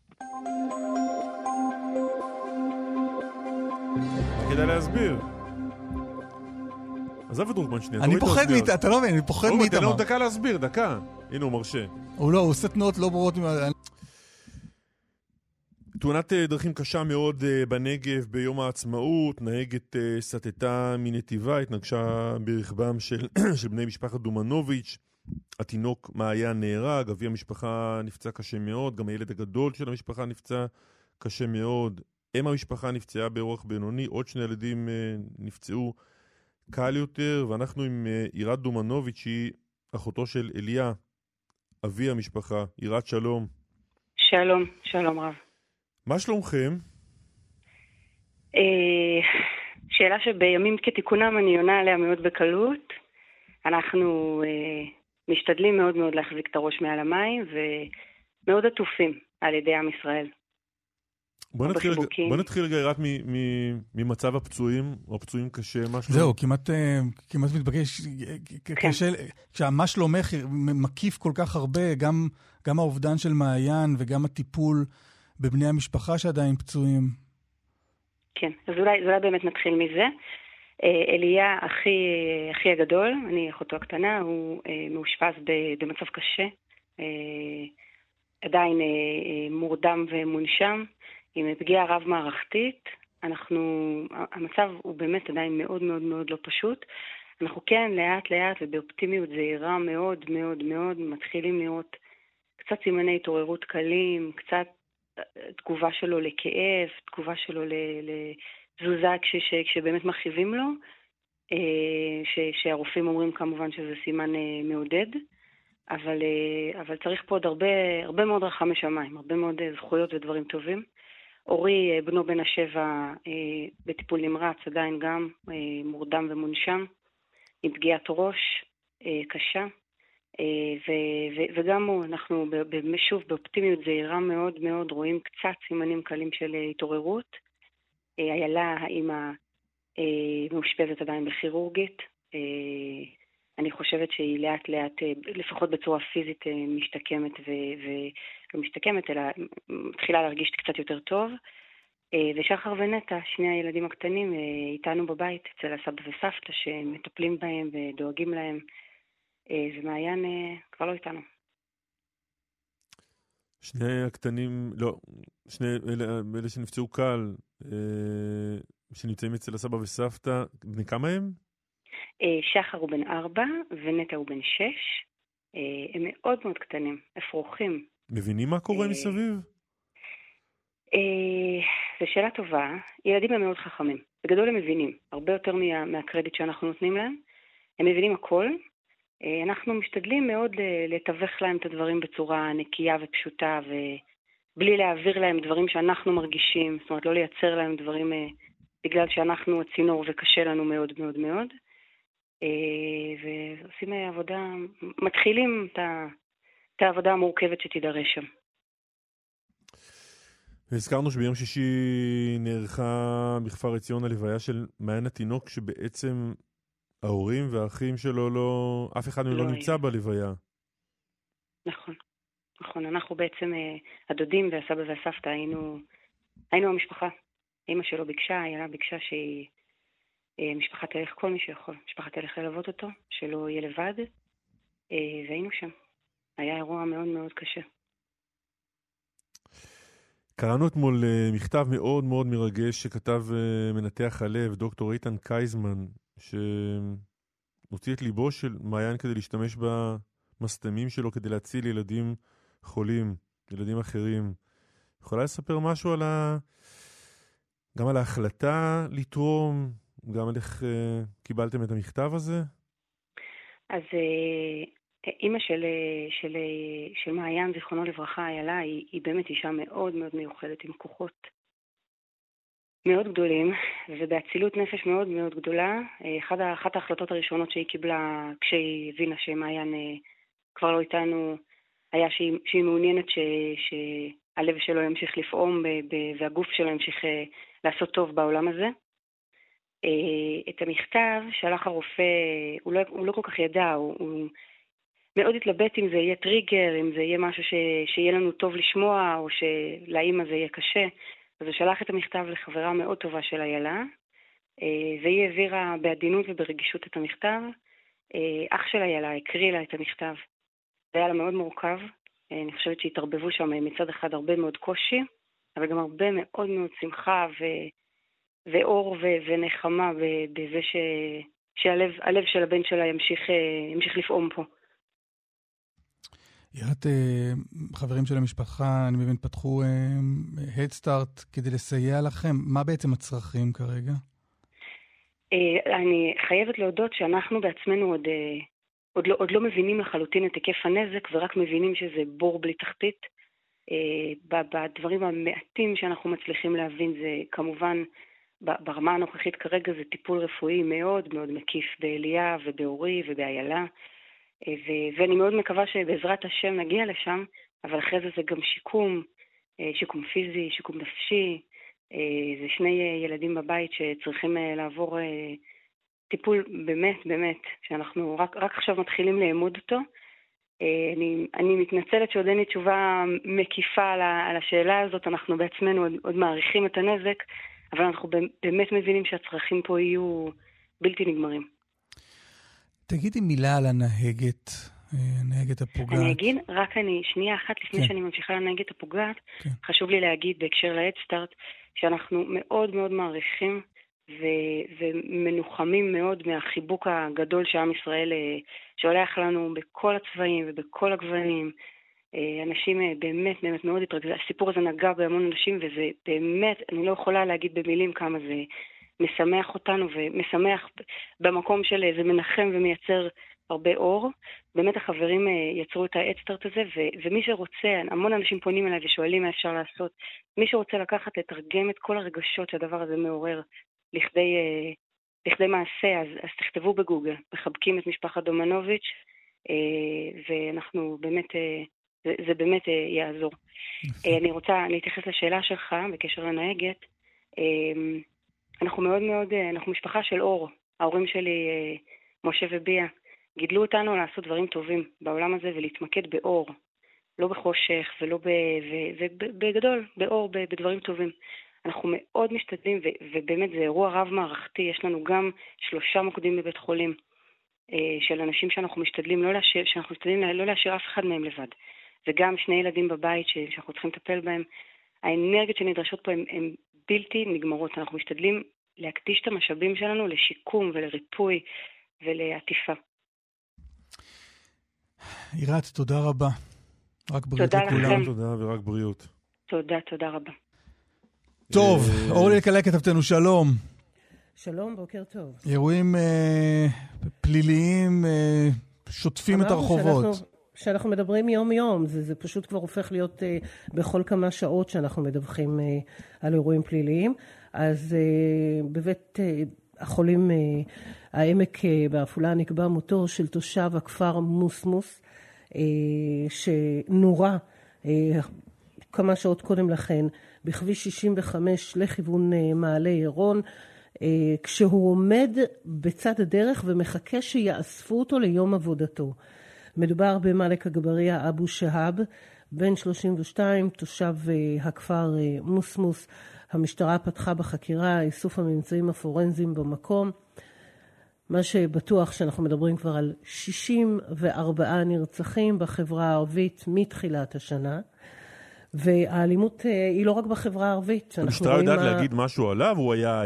כדאי להסביר. עזב את דרוקמן שנייה. אני פוחד מאיתה, אתה לא מבין, אני פוחד מאיתה. תן לנו דקה להסביר, דקה. הנה הוא מרשה. הוא לא, הוא עושה תנועות לא ברורות. תאונת דרכים קשה מאוד בנגב ביום העצמאות, נהגת סטתה מנתיבה, התנגשה ברכבם של בני משפחת דומנוביץ', התינוק מעיין נהרג, אבי המשפחה נפצע קשה מאוד, גם הילד הגדול של המשפחה נפצע קשה מאוד, אם המשפחה נפצעה באורח בינוני, עוד 2 ילדים נפצעו קל יותר, ואנחנו עם עירת דומנוביץ' שהיא אחותו של אליה, אבי המשפחה. עירת, שלום. שלום, שלום רב. מה שלומכם? שאלה שבימים כתיקונם אני עונה עליה מאוד בקלות. אנחנו משתדלים מאוד מאוד להחזיק את הראש מעל המים, ומאוד עטופים על ידי עם ישראל. בוא נתחיל רגע רק ממצב הפצועים, או הפצועים קשה, מה שלום? זהו, כמעט מתבקש, כשמה שלומך מקיף כל כך הרבה, גם האובדן של מעיין וגם הטיפול בבני המשפחה שעדיין פצועים. כן, אז אולי באמת נתחיל מזה. אליה, אחי הגדול, אני אחותו הקטנה, הוא מאושפז במצב קשה, עדיין מורדם ומונשם, עם פגיעה רב מערכתית. המצב הוא באמת עדיין מאוד מאוד מאוד לא פשוט. אנחנו כן לאט לאט ובאופטימיות זהירה מאוד מאוד מאוד מתחילים לראות קצת סימני התעוררות קלים, קצת תגובה שלו לכאב, תגובה שלו לתזוזה כשבאמת מכאיבים לו, שהרופאים אומרים כמובן שזה סימן מעודד, אבל צריך פה עוד הרבה מאוד רחמי שמיים, הרבה מאוד זכויות ודברים טובים. אורי, בנו בן 7, בטיפול נמרץ, עדיין גם מורדם ומונשם, עם פגיעת ראש קשה, וגם אנחנו שוב באופטימיות זהירה מאוד מאוד רואים קצת סימנים קלים של התעוררות. איילה, האמא, מאושפזת עדיין בכירורגית. אני חושבת שהיא לאט לאט, לפחות בצורה פיזית, משתקמת לא משתקמת, אלא מתחילה להרגיש קצת יותר טוב. ושחר ונטע, 2 הילדים הקטנים, איתנו בבית, אצל הסבא וסבתא, שמטפלים בהם ודואגים להם. ומעיין כבר לא איתנו. 2 הקטנים, לא, 2 אלה שנפצעו קל, שנמצאים אצל הסבא וסבתא, בני כמה הם? שחר הוא בן 4 ונטע הוא בן 6. הם מאוד מאוד קטנים, אפרוחים. מבינים מה קורה מסביב? זו שאלה טובה. ילדים הם מאוד חכמים. בגדול הם מבינים, הרבה יותר מהקרדיט שאנחנו נותנים להם. הם מבינים הכל. אנחנו משתדלים מאוד לתווך להם את הדברים בצורה נקייה ופשוטה, ובלי להעביר להם דברים שאנחנו מרגישים, זאת אומרת לא לייצר להם דברים בגלל שאנחנו הצינור וקשה לנו מאוד מאוד מאוד. ועושים עבודה, מתחילים את העבודה המורכבת שתידרש שם. והזכרנו שביום שישי נערכה בכפר עציון הלוויה של מעיין התינוק, שבעצם ההורים והאחים שלו אף אחד לא נמצא בלוויה. נכון, נכון. אנחנו בעצם, הדודים והסבא והסבתא, היינו המשפחה. אמא שלו ביקשה, איילה ביקשה משפחה תלך, כל מי שיכול, משפחה תלך ללוות אותו, שלא יהיה לבד, והיינו שם. היה אירוע מאוד מאוד קשה. קראנו אתמול מכתב מאוד מאוד מרגש שכתב מנתח הלב, דוקטור איתן קייזמן, שהוציא את ליבו של מעיין כדי להשתמש במסתמים שלו כדי להציל ילדים חולים, ילדים אחרים. יכולה לספר משהו גם על ההחלטה לתרום, גם על איך קיבלתם את המכתב הזה? אז אימא של מעיין, זיכרונו לברכה, איילה, היא באמת אישה מאוד מאוד מיוחדת, עם כוחות מאוד גדולים, ובאצילות נפש מאוד מאוד גדולה. אחת ההחלטות הראשונות שהיא קיבלה כשהיא הבינה שמעיין כבר לא איתנו, היה שהיא מעוניינת שהלב שלו ימשיך לפעום והגוף שלו ימשיך לעשות טוב בעולם הזה. את המכתב שלח הרופא, הוא לא כל כך ידע, הוא מאוד התלבט אם זה יהיה טריגר, אם זה יהיה משהו שיהיה לנו טוב לשמוע, או שלאמא זה יהיה קשה. אז הוא שלח את המכתב לחברה מאוד טובה של איילה, והיא העבירה בעדינות וברגישות את המכתב. אח של איילה הקריא לה את המכתב. זה היה לה מאוד מורכב. אני חושבת שהתערבבו שם מצד אחד הרבה מאוד קושי, אבל גם הרבה מאוד מאוד שמחה ואור ונחמה בזה שהלב של הבן שלה ימשיך לפעום פה. ירת, חברים של המשפחה, אני מבין, פתחו Head Start כדי לסייע לכם. מה בעצם הצרכים כרגע? אני חייבת להודות שאנחנו בעצמנו עוד לא מבינים לחלוטין את היקף הנזק, ורק מבינים שזה בור בלי תחתית. בדברים המעטים שאנחנו מצליחים להבין, זה כמובן, ברמה הנוכחית כרגע זה טיפול רפואי מאוד מאוד מקיף באליה ובאורי ובאיילה. ואני מאוד מקווה שבעזרת השם נגיע לשם, אבל אחרי זה גם שיקום פיזי, שיקום נפשי. זה שני ילדים בבית שצריכים לעבור טיפול באמת, שאנחנו רק עכשיו מתחילים לאמוד אותו. אני מתנצלת שעוד אין לי תשובה מקיפה על השאלה הזאת, אנחנו בעצמנו עוד מעריכים את הנזק, אבל אנחנו באמת מבינים שהצרכים פה יהיו בלתי נגמרים. תגידי מילה על הנהגת הפוגעת. אני אגיד, שנייה אחת לפני שאני ממשיכה לנהגת הפוגעת, חשוב לי להגיד בהקשר ל-Head Start, שאנחנו מאוד מאוד מעריכים ומנוחמים מאוד מהחיבוק הגדול שעם ישראל שהולך לנו בכל הצבעים ובכל הגוונים. אנשים באמת מאוד התרגזו. הסיפור הזה נגע בהמון אנשים, וזה באמת, אני לא יכולה להגיד במילים כמה זה משמח אותנו, ומשמח במקום של זה מנחם ומייצר הרבה אור. באמת החברים יצרו את ה-Head Start הזה, ומי שרוצה, המון אנשים פונים אליי ושואלים מה אפשר לעשות. מי שרוצה לקחת, לתרגם את כל הרגשות שהדבר הזה מעורר לכדי מעשה, אז תכתבו בגוגל, מחבקים את משפחת דומנוביץ', ואנחנו באמת, זה באמת יעזור. אני רוצה להתייחס לשאלה שלך בקשר לנהגת. אנחנו אנחנו משפחה של אור. ההורים שלי, משה וביה, גידלו אותנו לעשות דברים טובים בעולם הזה ולהתמקד באור, לא בחושך ולא בגדול, באור, בדברים טובים. אנחנו מאוד משתדלים, ובאמת זה אירוע רב מערכתי. יש לנו גם 3 מוקדים בבית חולים של אנשים שאנחנו משתדלים לא להשאיר אף אחד מהם לבד. וגם 2 ילדים בבית שאנחנו צריכים לטפל בהם. האנרגיות שנדרשות פה הן בלתי נגמרות. אנחנו משתדלים להקדיש את המשאבים שלנו לשיקום ולריפוי ולעטיפה. עירת, תודה רבה. רק בריאות לכולם. תודה ורק בריאות. תודה רבה. טוב, אורלי אלקלעי כתבתנו, שלום. שלום, בוקר טוב. אירועים פליליים שוטפים את הרחובות. שאנחנו מדברים יום-יום, זה פשוט כבר הופך להיות בכל כמה שעות שאנחנו מדווחים על אירועים פליליים. אז בבית החולים העמק בעפולה נקבע מותו של תושב הכפר מוסמוס, שנורה כמה שעות קודם לכן בכביש 65 לכיוון מעלה עירון, כשהוא עומד בצד הדרך ומחכה שיאספו אותו ליום עבודתו. מדובר במלך הגבריה אבו שהב, בן 32, תושב הכפר מוסמוס. המשטרה פתחה בחקירה, איסוף הממצאים הפורנזיים במקום. מה שבטוח שאנחנו מדברים כבר על 64 נרצחים בחברה הערבית מתחילת השנה. והאלימות היא לא רק בחברה הערבית. המשטרה יודעת להגיד משהו עליו? הוא היה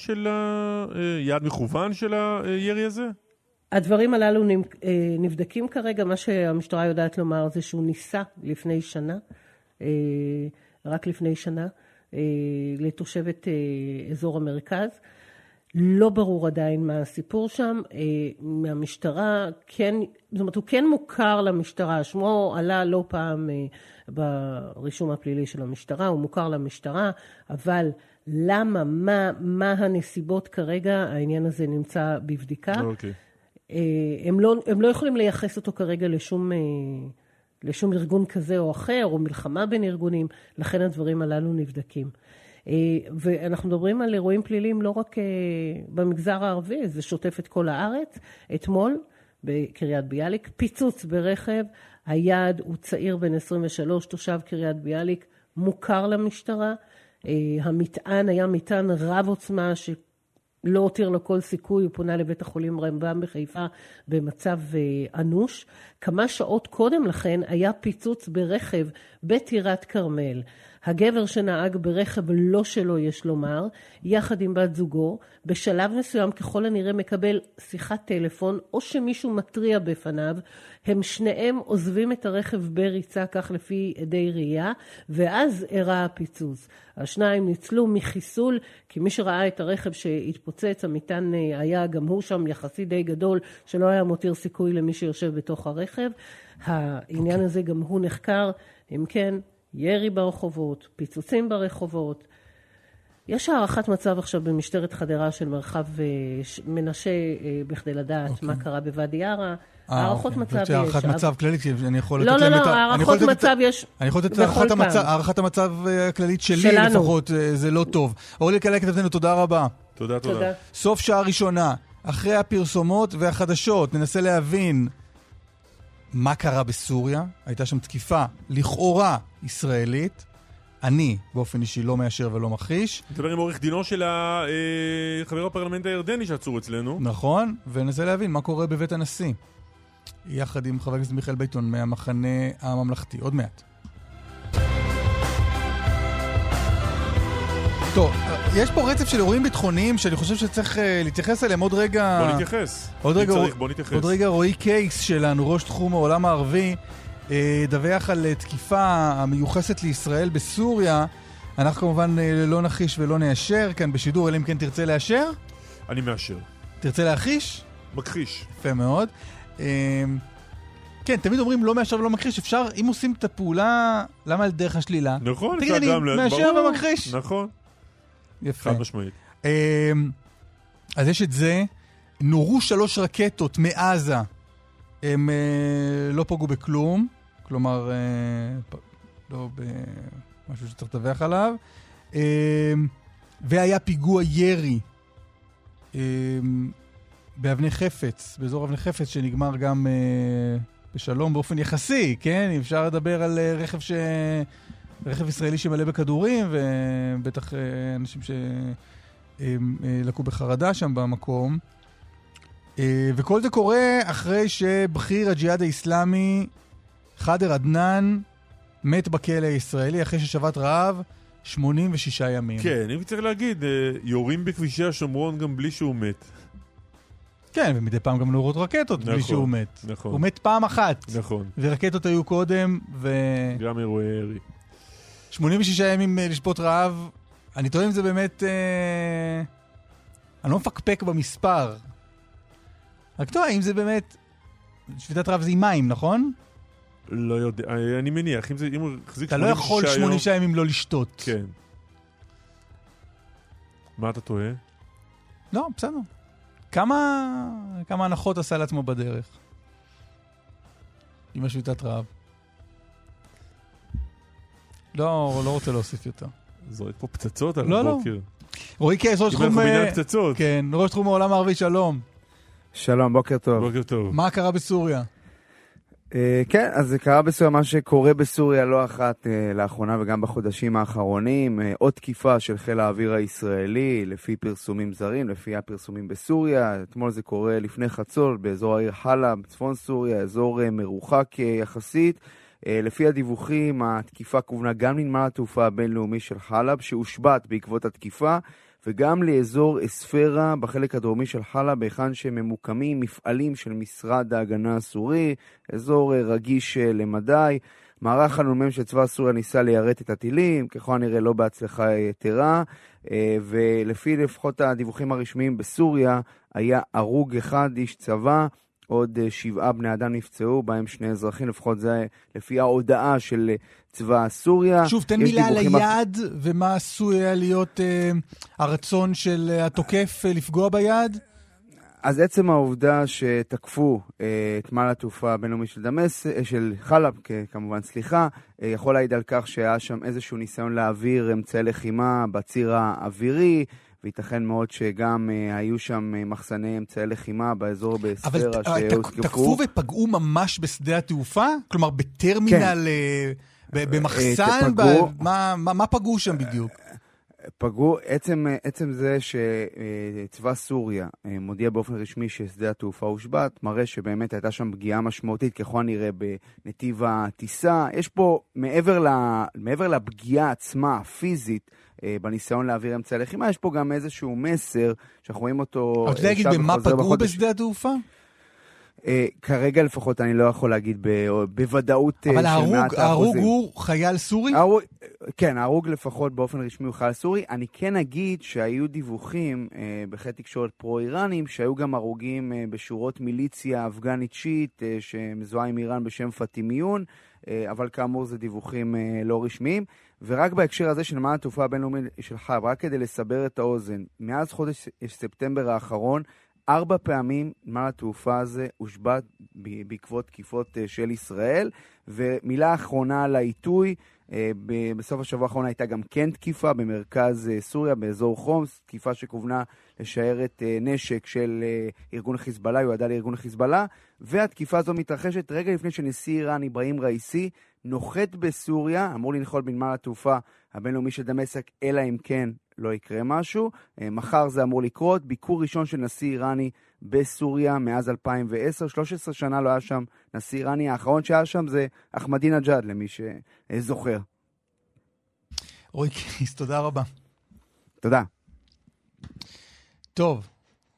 יעד מכוון של הירי הזה? הדברים הללו נבדקים כרגע. מה שהמשטרה יודעת לומר זה שהוא ניסה לפני שנה, רק לפני שנה, לתושבת אזור המרכז. לא ברור עדיין מה הסיפור שם. מהמשטרה, כן, זאת אומרת, הוא כן מוכר למשטרה. שמו עלה לא פעם ברישום הפלילי של המשטרה, הוא מוכר למשטרה, אבל למה, מה הנסיבות כרגע, העניין הזה נמצא בבדיקה. אוקיי. הם לא יכולים לייחס אותו כרגע לשום ארגון כזה או אחר, או מלחמה בין ארגונים, לכן הדברים הללו נבדקים. ואנחנו מדברים על אירועים פליליים לא רק במגזר הערבי, זה שוטף את כל הארץ. אתמול בקריית ביאליק, פיצוץ ברכב, היעד הוא צעיר בן 23, תושב קריית ביאליק, מוכר למשטרה. המטען היה מטען רב עוצמה שלא הותיר לו כל סיכוי, הוא פונה לבית החולים רמב"ם בחיפה במצב אנוש. כמה שעות קודם לכן היה פיצוץ ברכב בטירת כרמל. הגבר שנהג ברכב לא שלו יש לומר, יחד עם בת זוגו, בשלב מסוים ככל הנראה מקבל שיחת טלפון, או שמישהו מטריע בפניו, הם שניהם עוזבים את הרכב בריצה, כך לפי עדי ראייה, ואז אירע הפיצוץ. השניים ניצלו מחיסול, כי מי שראה את הרכב שהתפוצץ, המטען היה גם הוא שם יחסי די גדול, שלא היה מותיר סיכוי למי שיושב בתוך הרכב. העניין הזה גם הוא נחקר, אם כן, ירי ברחובות, פיצוצים ברחובות. יש הערכת מצב עכשיו במשטרת חדרה של מרחב מנשה בכדי לדעת מה קרה בוואדי ערה. הערכות מצב יש. הערכת מצב כללית, אני יכול לתת להם את ה... הערכות מצב יש בכל פעם. הערכת המצב הכללית שלי לפחות, זה לא טוב. אורלי קלעי כתבתנו, תודה רבה. תודה. סוף שעה ראשונה, אחרי הפרסומות והחדשות, ננסה להבין מה קרה בסוריה. הייתה שם תקיפה לכאורה ישראלית. אני באופן אישי לא מאשר ולא מכחיש. נדבר עם עורך דינו של חבר הפרלמנט הירדני שעצור אצלנו. נכון, וננסה להבין מה קורה בבית הנשיא. יחד עם חבר הכנסת מיכאל ביטון מהמחנה הממלכתי. עוד מעט. טוב, יש פה רצף של אירועים ביטחוניים שאני חושב שצריך להתייחס אליהם עוד רגע. בוא נתייחס. עוד רגע רועי קייס שלנו, ראש תחום העולם הערבי, דווח על תקיפה המיוחסת לישראל בסוריה. אנחנו כמובן לא נחיש ולא נאשר כאן בשידור, אלא אם כן תרצה לאשר? אני מאשר. תרצה להחיש? מכחיש. יפה מאוד. כן, תמיד אומרים לא מאשר ולא מכחיש. אפשר, אם עושים את הפעולה, למה על דרך השלילה? נכון, תגיד, אני מאשר ומכחיש. נכון. יפה. חד משמעית. אז יש את זה. נורו 3 רקטות מעזה. הם לא פגעו בכלום. כלומר, לא במשהו שצריך לדווח עליו. והיה פיגוע ירי באבני חפץ, באזור אבני חפץ, שנגמר גם בשלום באופן יחסי, כן? אפשר לדבר על רכב ישראלי שמלא בכדורים, ובטח אנשים שלקו בחרדה שם במקום. וכל זה קורה אחרי שבחיר הג'יהאד האסלאמי, חאדר עדנאן, מת בכלא הישראלי, אחרי ששבת רעב 86 ימים. כן, אם צריך להגיד, יורים בכבישי השומרון גם בלי שהוא מת. כן, ומדי פעם גם נורות רקטות בלי שהוא מת. נכון. הוא מת פעם אחת. נכון. ורקטות היו קודם, גם אירועי ירי. 86 ימים לשפוט רעב, אני טועה אם זה באמת... אני לא מפקפק במספר. רק טועה, אם זה באמת... שביתת רעב זה עם מים, נכון? לא יודע, אני מניח, אם הוא החזיק 86 יום... אתה לא יכול 86 ימים לא לשתות. כן. מה אתה טועה? לא, בסדר. כמה הנחות עשה לעצמו בדרך? עם השביתת רעב. לא רוצה להוסיף יותר. זורק פה פצצות על הבוקר. לא. רועי קייס, ראש תחום... כן, ראש תחום העולם הערבי, שלום. שלום, בוקר טוב. בוקר טוב. מה קרה בסוריה? כן, אז זה קרה בסוריה, מה שקורה בסוריה לא אחת לאחרונה וגם בחודשים האחרונים, עוד תקיפה של חיל האוויר הישראלי, לפי פרסומים זרים, לפי הפרסומים בסוריה. אתמול זה קורה לפני חצות, באזור העיר חלב, צפון סוריה, אזור מרוחק יחסית, לפי הדיווחים, התקיפה כוונה גם לנמל התעופה הבינלאומי של חלב, שהושבת בעקבות התקיפה, וגם לאזור אספרה בחלק הדרומי של חלב, היכן שממוקמים מפעלים של משרד ההגנה הסורי, אזור רגיש למדי. מערך הנ"מ של צבא סוריה ניסה ליירט את הטילים, ככל הנראה לא בהצלחה יתרה, ולפי לפחות הדיווחים הרשמיים בסוריה, היה הרוג אחד איש צבא, עוד 7 בני אדם נפצעו, בהם 2 אזרחים, לפחות זה לפי ההודעה של צבא סוריה. שוב, תן מילה על היעד, ומה עשוי להיות הרצון של התוקף לפגוע ביעד? אז עצם העובדה שתקפו את נמל התעופה הבינלאומי של חלב, כמובן סליחה, יכול להעיד על כך שהיה שם איזשהו ניסיון להעביר אמצעי לחימה בציר האווירי, וייתכן מאוד שגם היו שם מחסני אמצעי לחימה באזור בספירה שהותקפו. אבל תקפו ופגעו ממש בשדה התעופה? כלומר, בטרמינל, במחסן? מה פגעו שם בדיוק? פגעו, עצם זה שצבא סוריה מודיע באופן רשמי ששדה התעופה הושבת, מראה שבאמת הייתה שם פגיעה משמעותית ככל הנראה בנתיב הטיסה. יש פה, מעבר לפגיעה עצמה הפיזית, בניסיון להעביר אמצעי לחימה, יש פה גם איזשהו מסר שאנחנו רואים אותו... אבל אתה להגיד במה פגעו בשדה התעופה? כרגע לפחות אני לא יכול להגיד בוודאות... אבל ההרוג הוא חייל סורי? כן, ההרוג לפחות באופן רשמי הוא חייל סורי. אני כן אגיד שהיו דיווחים בכלי תקשורת פרו-איראנים, שהיו גם הרוגים בשורות מיליציה אפגנית שיעית, שמזוהה עם איראן בשם פטימיון, אבל כאמור זה דיווחים לא רשמיים. ורק בהקשר הזה של נמל התעופה הבינלאומי של חלב, רק כדי לסבר את האוזן, מאז חודש ספטמבר האחרון, 4 פעמים נמל התעופה הזה הושבת בעקבות תקיפות של ישראל. ומילה אחרונה על העיתוי, בסוף השבוע האחרון הייתה גם כן תקיפה במרכז סוריה, באזור חומס, תקיפה שכוונה לשיירת נשק של ארגון חיזבאללה, יועדה לארגון חיזבאללה, והתקיפה הזו מתרחשת רגע לפני שנשיא איראן אברהים ראיסי נוחת בסוריה, אמור לנחול בנמל התעופה הבינלאומי של דמשק, אלא אם כן לא יקרה משהו. מחר זה אמור לקרות, ביקור ראשון של נשיא איראני בסוריה מאז 2010, 13 שנה לא היה שם נשיא איראני, האחרון שהיה שם זה אחמדינג'אד, למי שזוכר. רועי קריס, תודה רבה. תודה. טוב.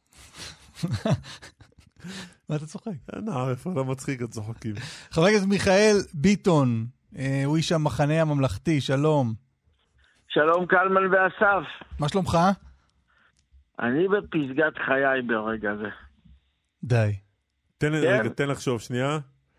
מה אתה צוחק? איפה לא מצחיק, את צוחקים. חבר הכנסת מיכאל ביטון, הוא איש המחנה הממלכתי, שלום. שלום קלמן ואסף. מה שלומך? אני בפסגת חיי ברגע זה. די. תן לחשוב שנייה.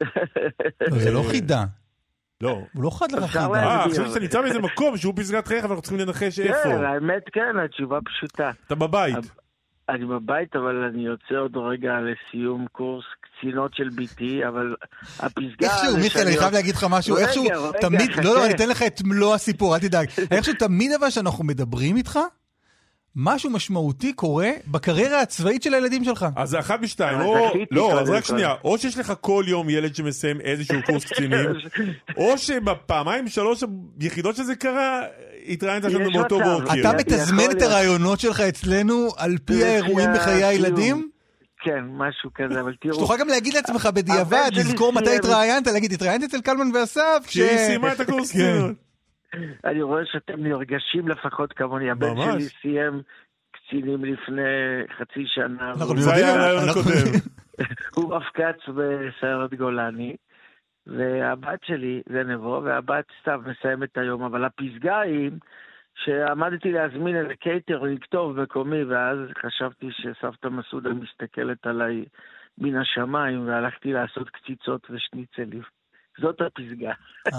זה לא חידה. לא. הוא לא חד לך חידה. עכשיו שאתה נמצא באיזה מקום שהוא פסגת חייך ואנחנו צריכים לנחש איפה. כן, האמת כן, התשובה פשוטה. אתה בבית. אני בבית, אבל אני יוצא עוד רגע לסיום קורס קצינות של ביתי, אבל הפסגה... איכשהו, מיכאל, אני חייב להגיד לך משהו, איכשהו, תמיד, לא, אני אתן לך את מלוא הסיפור, אל תדאג. איכשהו, תמיד אבל שאנחנו מדברים איתך, משהו משמעותי קורה בקריירה הצבאית של הילדים שלך. אז זה אחד משתיים, לא, אז רק שנייה, או שיש לך כל יום ילד שמסיים איזשהו קורס קצינים, או שבפעמיים 3 יחידות שזה קרה, התראיינת שלנו באותו בוקר. אתה מתזמן את הרעיונות שלך אצלנו על פי האירועים בחיי הילדים? כן, משהו כזה, אבל תראו... שתוכל גם להגיד לעצמך בדיעבד, לזכור מתי התראיינת, להגיד, התראיינת אצל קלמן ואסף, שהיא סיימה את הקורס קצינות. אני רואה שאתם נרגשים לפחות כמוני, הבן שלי סיים קצינים לפני חצי שנה. זה היה הרעיון הקודם. הוא מפקץ בסיירת גולני, והבת שלי זה נבו, והבת סתיו מסיימת היום, אבל הפסגה היא שעמדתי להזמין איזה קייטר לכתוב בקומי, ואז חשבתי שסבתא מסודה מסתכלת עליי מן השמיים, והלכתי לעשות קציצות ושניצלים. זאת הפסגה.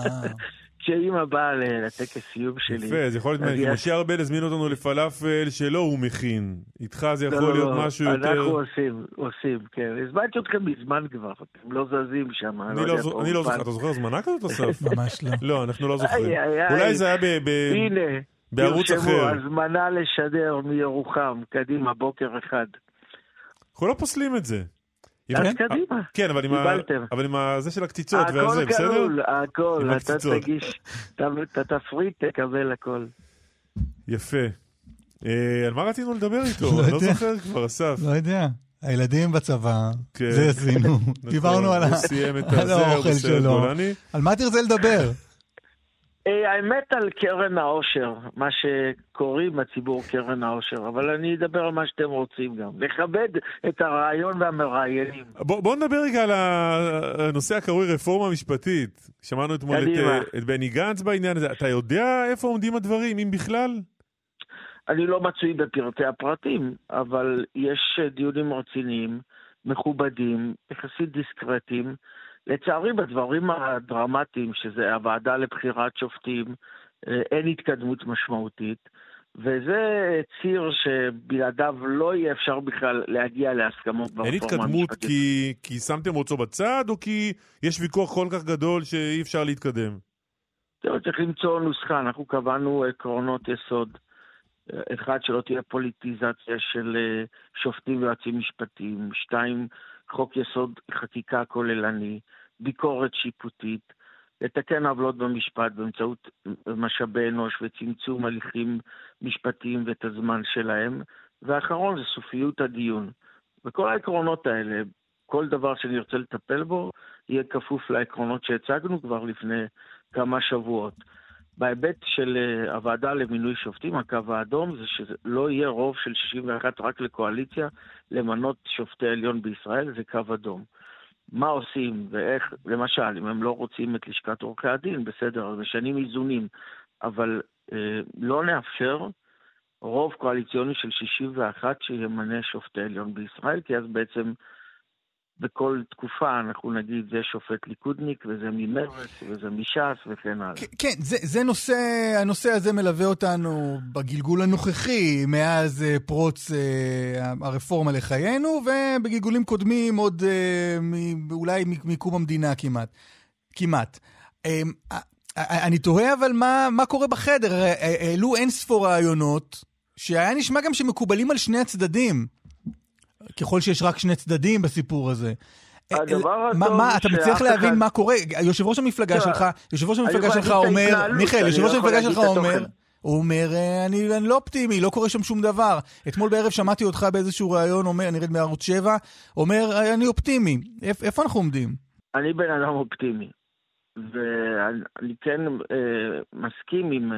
כשאמא באה לטקס סיום שלי. יפה, זה יכול להיות, משה ארבל הזמין אותנו לפלאפל שלא הוא מכין. איתך זה יכול להיות משהו יותר... אנחנו עושים, כן. הזמנתי אתכם מזמן כבר, אתם לא זזים שם. אני לא זוכר, אתה זוכר זמנה כזאת, אסף? ממש לא. לא, אנחנו לא זוכרים. אולי זה היה בערוץ אחר. הנה, הזמנה לשדר מירוחם, קדימה, בוקר אחד. אנחנו לא פוסלים את זה. אז קדימה. כן, אבל עם זה של הקציצות והזה, בסדר? הכל, אתה תגיש, אתה תפריט, תקבל הכל. יפה. על מה רצינו לדבר איתו? אני לא זוכר כבר, אסף. לא יודע. הילדים בצבא, זה עשינו. דיברנו על האוכל שלו. על מה תרצה לדבר? האמת על קרן העושר, מה שקוראים הציבור קרן העושר, אבל אני אדבר על מה שאתם רוצים גם. לכבד את הרעיון והמראיינים. בואו נדבר רגע על הנושא הקרוי רפורמה משפטית. שמענו אתמול את בני גנץ בעניין הזה. אתה יודע איפה עומדים הדברים, אם בכלל? אני לא מצוי בפרטי הפרטים, אבל יש דיונים רציניים, מכובדים, יחסית דיסקרטיים. לצערי בדברים הדרמטיים, שזה הוועדה לבחירת שופטים, אין התקדמות משמעותית, וזה ציר שבלעדיו לא יהיה אפשר בכלל להגיע להסכמות ברפורמה המשפטית. אין התקדמות כי שמתם אותו בצד, או כי יש ויכוח כל כך גדול שאי אפשר להתקדם? צריך למצוא נוסחה, אנחנו קבענו עקרונות יסוד. אחד, שלא תהיה פוליטיזציה של שופטים ויועצים משפטיים. 2, חוק יסוד חקיקה כוללני, ביקורת שיפוטית, לתקן עוולות במשפט באמצעות משאבי אנוש וצמצום הליכים משפטיים ואת הזמן שלהם. ואחרון זה סופיות הדיון. וכל העקרונות האלה, כל דבר שנרצה לטפל בו, יהיה כפוף לעקרונות שהצגנו כבר לפני כמה שבועות. בהיבט של הוועדה למינוי שופטים, הקו האדום זה שלא יהיה רוב של 61 רק לקואליציה למנות שופטי עליון בישראל, זה קו אדום. מה עושים ואיך, למשל, אם הם לא רוצים את לשכת עורכי הדין, בסדר, אז משנים איזונים, אבל לא נאפשר רוב קואליציוני של 61 שימנה שופטי עליון בישראל, כי אז בעצם בכל תקופה אנחנו נגיד זה שופט ליכודניק וזה ממרץ וזה מש"ס וכן הלאה. כן, הנושא הזה מלווה אותנו בגלגול הנוכחי מאז פרוץ הרפורמה לחיינו, ובגלגולים קודמים עוד אולי מקום המדינה כמעט. אני תוהה אבל מה קורה בחדר? העלו אין ספור רעיונות שהיה נשמע גם שמקובלים על שני הצדדים. ככל שיש רק שני צדדים בסיפור הזה. אתה מצליח להבין מה קורה? יושב ראש המפלגה שלך אומר, מיכאל, יושב ראש המפלגה שלך אומר, אני לא אופטימי, לא קורה שם שום דבר. אתמול בערב שמעתי אותך באיזשהו ראיון, אני רד מערוץ 7, אומר, אני אופטימי. איפה אנחנו עומדים? אני בן אדם אופטימי. ואני כן מסכים עם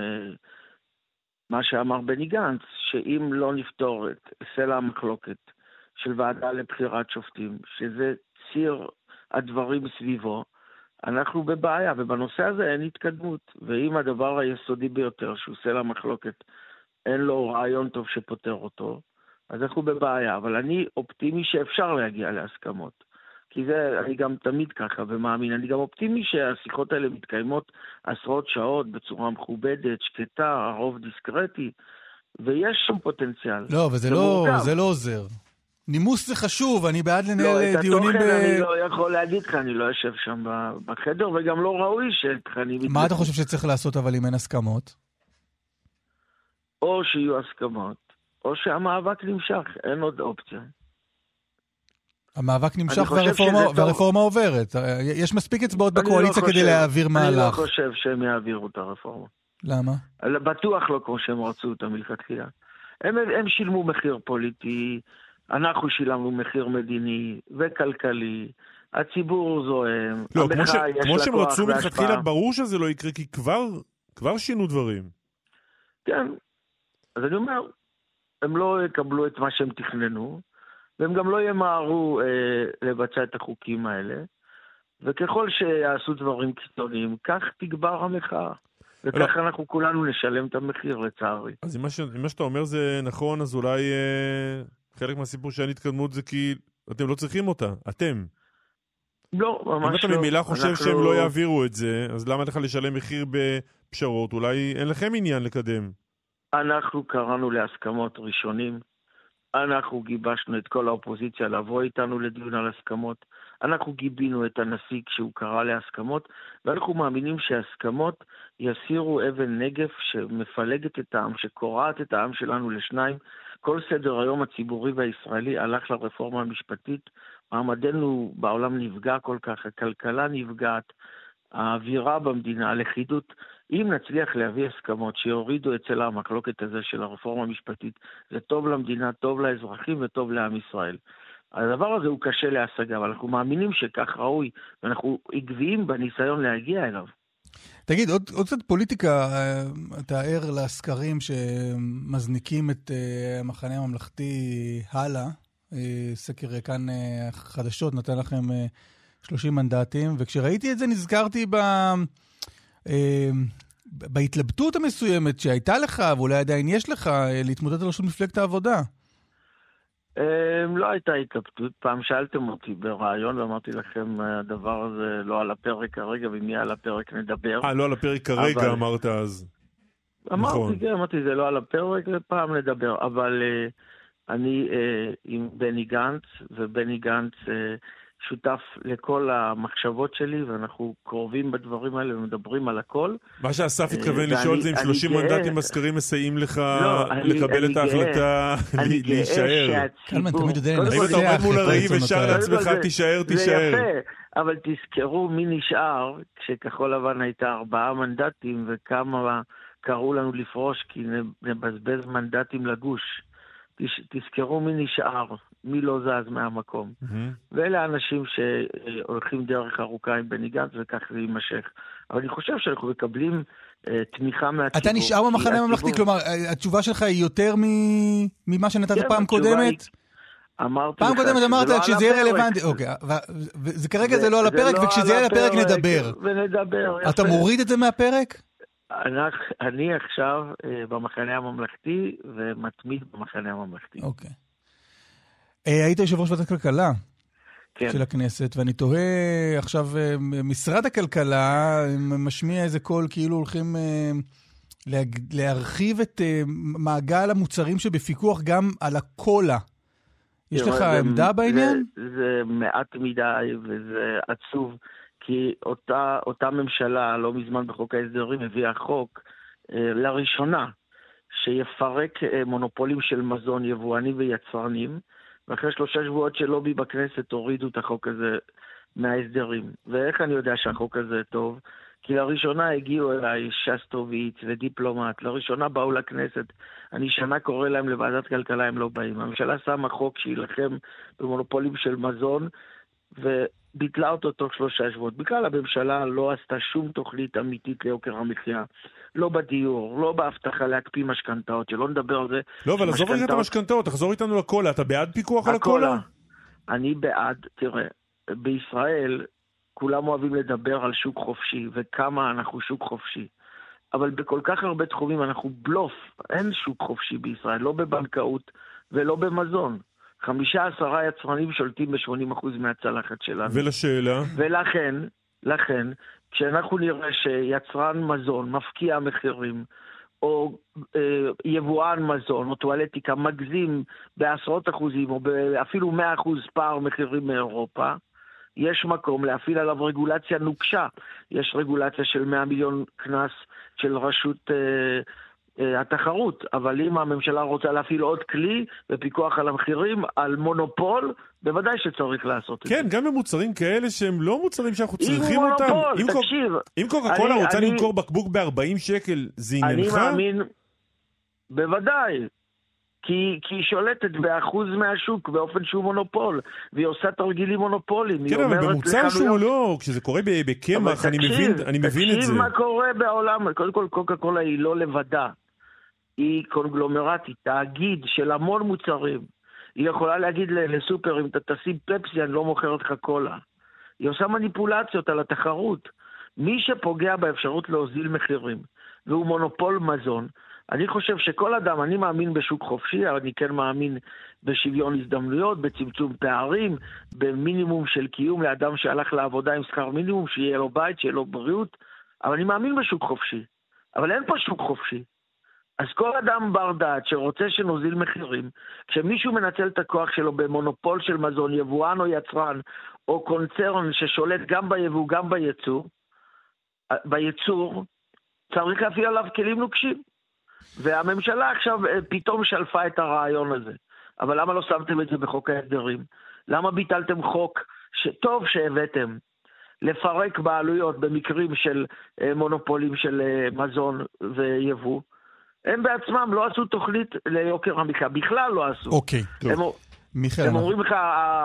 מה שאמר בני גנץ, שאם לא נפתור את סלע המחלוקת של ועדה לבחירת שופטים, שזה ציר הדברים סביבו, אנחנו בבעיה, ובנושא הזה אין התקדמות. ואם הדבר היסודי ביותר, שהוא סלע המחלוקת, אין לו רעיון טוב שפותר אותו, אז אנחנו בבעיה. אבל אני אופטימי שאפשר להגיע להסכמות. כי זה, אני גם תמיד ככה ומאמין, אני גם אופטימי שהשיחות האלה מתקיימות עשרות שעות בצורה מכובדת, שקטה, הרוב דיסקרטי, ויש שם פוטנציאל. לא, אבל זה לא עוזר. נימוס זה חשוב, אני בעד לנהל דיונים אני לא יכול להגיד לך, אני לא יושב שם בחדר, וגם לא ראוי שתכנים... מה אתה חושב שצריך לעשות אבל אם אין הסכמות? או שיהיו הסכמות, או שהמאבק נמשך, אין עוד אופציה. המאבק נמשך והרפורמה עוברת. יש מספיק אצבעות בקואליציה כדי להעביר מהלך. אני לא חושב שהם יעבירו את הרפורמה. למה? בטוח לא כמו שהם רצו אותה מלכתחילה. הם שילמו מחיר פוליטי, אנחנו שילמנו מחיר מדיני וכלכלי, הציבור זוהם. לא, כמו שהם רצו מלכתחילה, ברור שזה לא יקרה, כי כבר שינו דברים. כן, אז אני אומר, הם לא יקבלו את מה שהם תכננו, והם גם לא ימהרו לבצע את החוקים האלה, וככל שיעשו דברים קיצוניים, כך תגבר המחאה. וכך אנחנו כולנו נשלם את המחיר, לצערי. אז אם מה שאתה אומר זה נכון, אז אולי חלק מהסיפור שאין התקדמות זה כי אתם לא צריכים אותה, אתם. לא, ממש לא. אם אתה ממילא חושב שהם לא יעבירו את זה, אז למה לך לשלם מחיר בפשרות? אולי אין לכם עניין לקדם. אנחנו קראנו להסכמות ראשונים, אנחנו גיבשנו את כל האופוזיציה לבוא איתנו לדיון על הסכמות, אנחנו גיבינו את הנשיא כשהוא קרא להסכמות, ואנחנו מאמינים שהסכמות יסירו אבן נגף שמפלגת את העם, שקורעת את העם שלנו לשניים. כל סדר היום הציבורי והישראלי הלך לרפורמה המשפטית, מעמדנו בעולם נפגע כל כך, הכלכלה נפגעת, האווירה במדינה, הלכידות. אם נצליח להביא הסכמות שיורידו אצל המחלוקת הזה של הרפורמה המשפטית, זה טוב למדינה, טוב לאזרחים וטוב לעם ישראל. הדבר הזה הוא קשה להשגה, אבל אנחנו מאמינים שכך ראוי, ואנחנו עקביים בניסיון להגיע אליו. תגיד, עוד קצת פוליטיקה, אתה ער לסקרים שמזניקים את המחנה הממלכתי הלאה, סקר כאן חדשות נתן לכם 30 מנדטים, וכשראיתי את זה נזכרתי בהתלבטות המסוימת שהייתה לך, ואולי עדיין יש לך, להתמודד על ראשות מפלגת העבודה. לא הייתה התלבטות. פעם שאלתם אותי ברעיון ואמרתי לכם, הדבר הזה לא על הפרק כרגע, ואם יהיה על הפרק נדבר. לא על הפרק כרגע אמרת אז. אמרתי, זה לא על הפרק, ופעם נדבר. אבל אני עם בני גנץ, ובני גנץ שותף לכל המחשבות שלי, ואנחנו קרובים בדברים האלה ומדברים על הכל. מה שאסף התכוון לשאול זה אם 30 מנדטים בסקרים מסייעים לך לקבל את ההחלטה להישאר. קלמן תמיד יודע אם אתה עומד מול הראי ושר לעצמך, תישאר. זה יפה, אבל תזכרו מי נשאר, כשכחול לבן הייתה 4 מנדטים, וכמה קראו לנו לפרוש, כי נבזבז מנדטים לגוש. תזכרו מי נשאר, מי לא זז מהמקום. ואלה האנשים שהולכים דרך ארוכה עם בני גנץ, וכך זה יימשך. אבל אני חושב שאנחנו מקבלים תמיכה מהציבור. אתה נשאר במחנה הממלכתי, כלומר, התשובה שלך היא יותר ממה שנתת פעם קודמת? פעם קודמת אמרת, כשזה יהיה רלוונטי, אוקיי, כרגע זה לא על הפרק, וכשזה יהיה על הפרק נדבר. אתה מוריד את זה מהפרק? אני עכשיו במחנה הממלכתי ומתמיד במחנה הממלכתי. אוקיי. היית יושב ראש ועדת כלכלה של הכנסת, ואני תוהה עכשיו, משרד הכלכלה משמיע איזה קול, כאילו הולכים להרחיב את מעגל המוצרים שבפיקוח גם על הקולה. יש לך עמדה בעניין? זה מעט מדי וזה עצוב. כי אותה ממשלה לא מזמן בחוק ההסדרים הביאה חוק לראשונה שיפרק מונופולים של מזון יבואנים ויצרנים, ואחרי 3 שבועות של לובי בכנסת הורידו את החוק הזה מההסדרים. ואיך אני יודע שהחוק הזה טוב? כי לראשונה הגיעו אליי שסטוביץ ודיפלומט, לראשונה באו לכנסת, אני שנה קורא להם לוועדת כלכלה, הם לא באים. הממשלה שמה חוק שילחם במונופולים של מזון, וביטלה אותו תוך 3 שבועות. בכלל הממשלה לא עשתה שום תוכנית אמיתית ליוקר המחיה. לא בדיור, לא בהבטחה להקפיא משכנתאות, שלא נדבר על זה. לא, אבל עזוב רגע את המשכנתאות, תחזור איתנו לקולה. אתה בעד פיקוח על הקולה? אני בעד, תראה, בישראל כולם אוהבים לדבר על שוק חופשי, וכמה אנחנו שוק חופשי. אבל בכל כך הרבה תחומים אנחנו בלוף. אין שוק חופשי בישראל, לא בבנקאות ולא במזון. 5-10 יצרנים שולטים ב-80% מהצלחת שלנו. ולשאלה? ולכן, כשאנחנו נראה שיצרן מזון מפקיע מחירים, או יבואן מזון, או טואלטיקה מגזים בעשרות אחוזים, או אפילו 100% פער מחירים מאירופה, יש מקום להפעיל עליו רגולציה נוקשה. יש רגולציה של 100 מיליון קנס של רשות התחרות, אבל אם הממשלה רוצה להפעיל עוד כלי בפיקוח על המחירים, על מונופול, בוודאי שצריך לעשות את זה. כן, גם במוצרים כאלה שהם לא מוצרים שאנחנו צריכים אותם. תקשיב. אם קוקה קולה רוצה למכור בקבוק ב-40 שקל, זה עניינך? אני מאמין, בוודאי. כי היא שולטת באחוז מהשוק באופן שהוא מונופול, והיא עושה תרגילים מונופולים. כן, אבל במוצר שהוא לא, כשזה קורה בקמח, אני מבין את זה. תקשיב מה קורה בעולם. קודם כל, קוקה קולה היא לא לבדה. היא קונגלומרטית, תאגיד של המון מוצרים. היא יכולה להגיד לסופר, אם אתה תשים פפסי, אני לא מוכר אותך קולה. היא עושה מניפולציות על התחרות. מי שפוגע באפשרות להוזיל מחירים, והוא מונופול מזון, אני חושב שכל אדם, אני מאמין בשוק חופשי, אבל אני כן מאמין בשוויון הזדמנויות, בצמצום פערים, במינימום של קיום לאדם שהלך לעבודה עם שכר מינימום, שיהיה לו בית, שיהיה לו בריאות, אבל אני מאמין בשוק חופשי. אבל אין פה שוק חופשי. אז כל אדם בר דעת שרוצה שנוזיל מחירים, כשמישהו מנצל את הכוח שלו במונופול של מזון, יבואן או יצרן, או קונצרן ששולט גם ביבוא, גם בייצור, צריך להפעיל עליו כלים נוקשים. והממשלה עכשיו פתאום שלפה את הרעיון הזה. אבל למה לא שמתם את זה בחוק ההסדרים? למה ביטלתם חוק שטוב שהבאתם לפרק בעלויות במקרים של מונופולים של מזון ויבוא? הם בעצמם לא עשו תוכנית ליוקר המחיה, בכלל לא עשו. אוקיי, טוב. הם אומרים לך,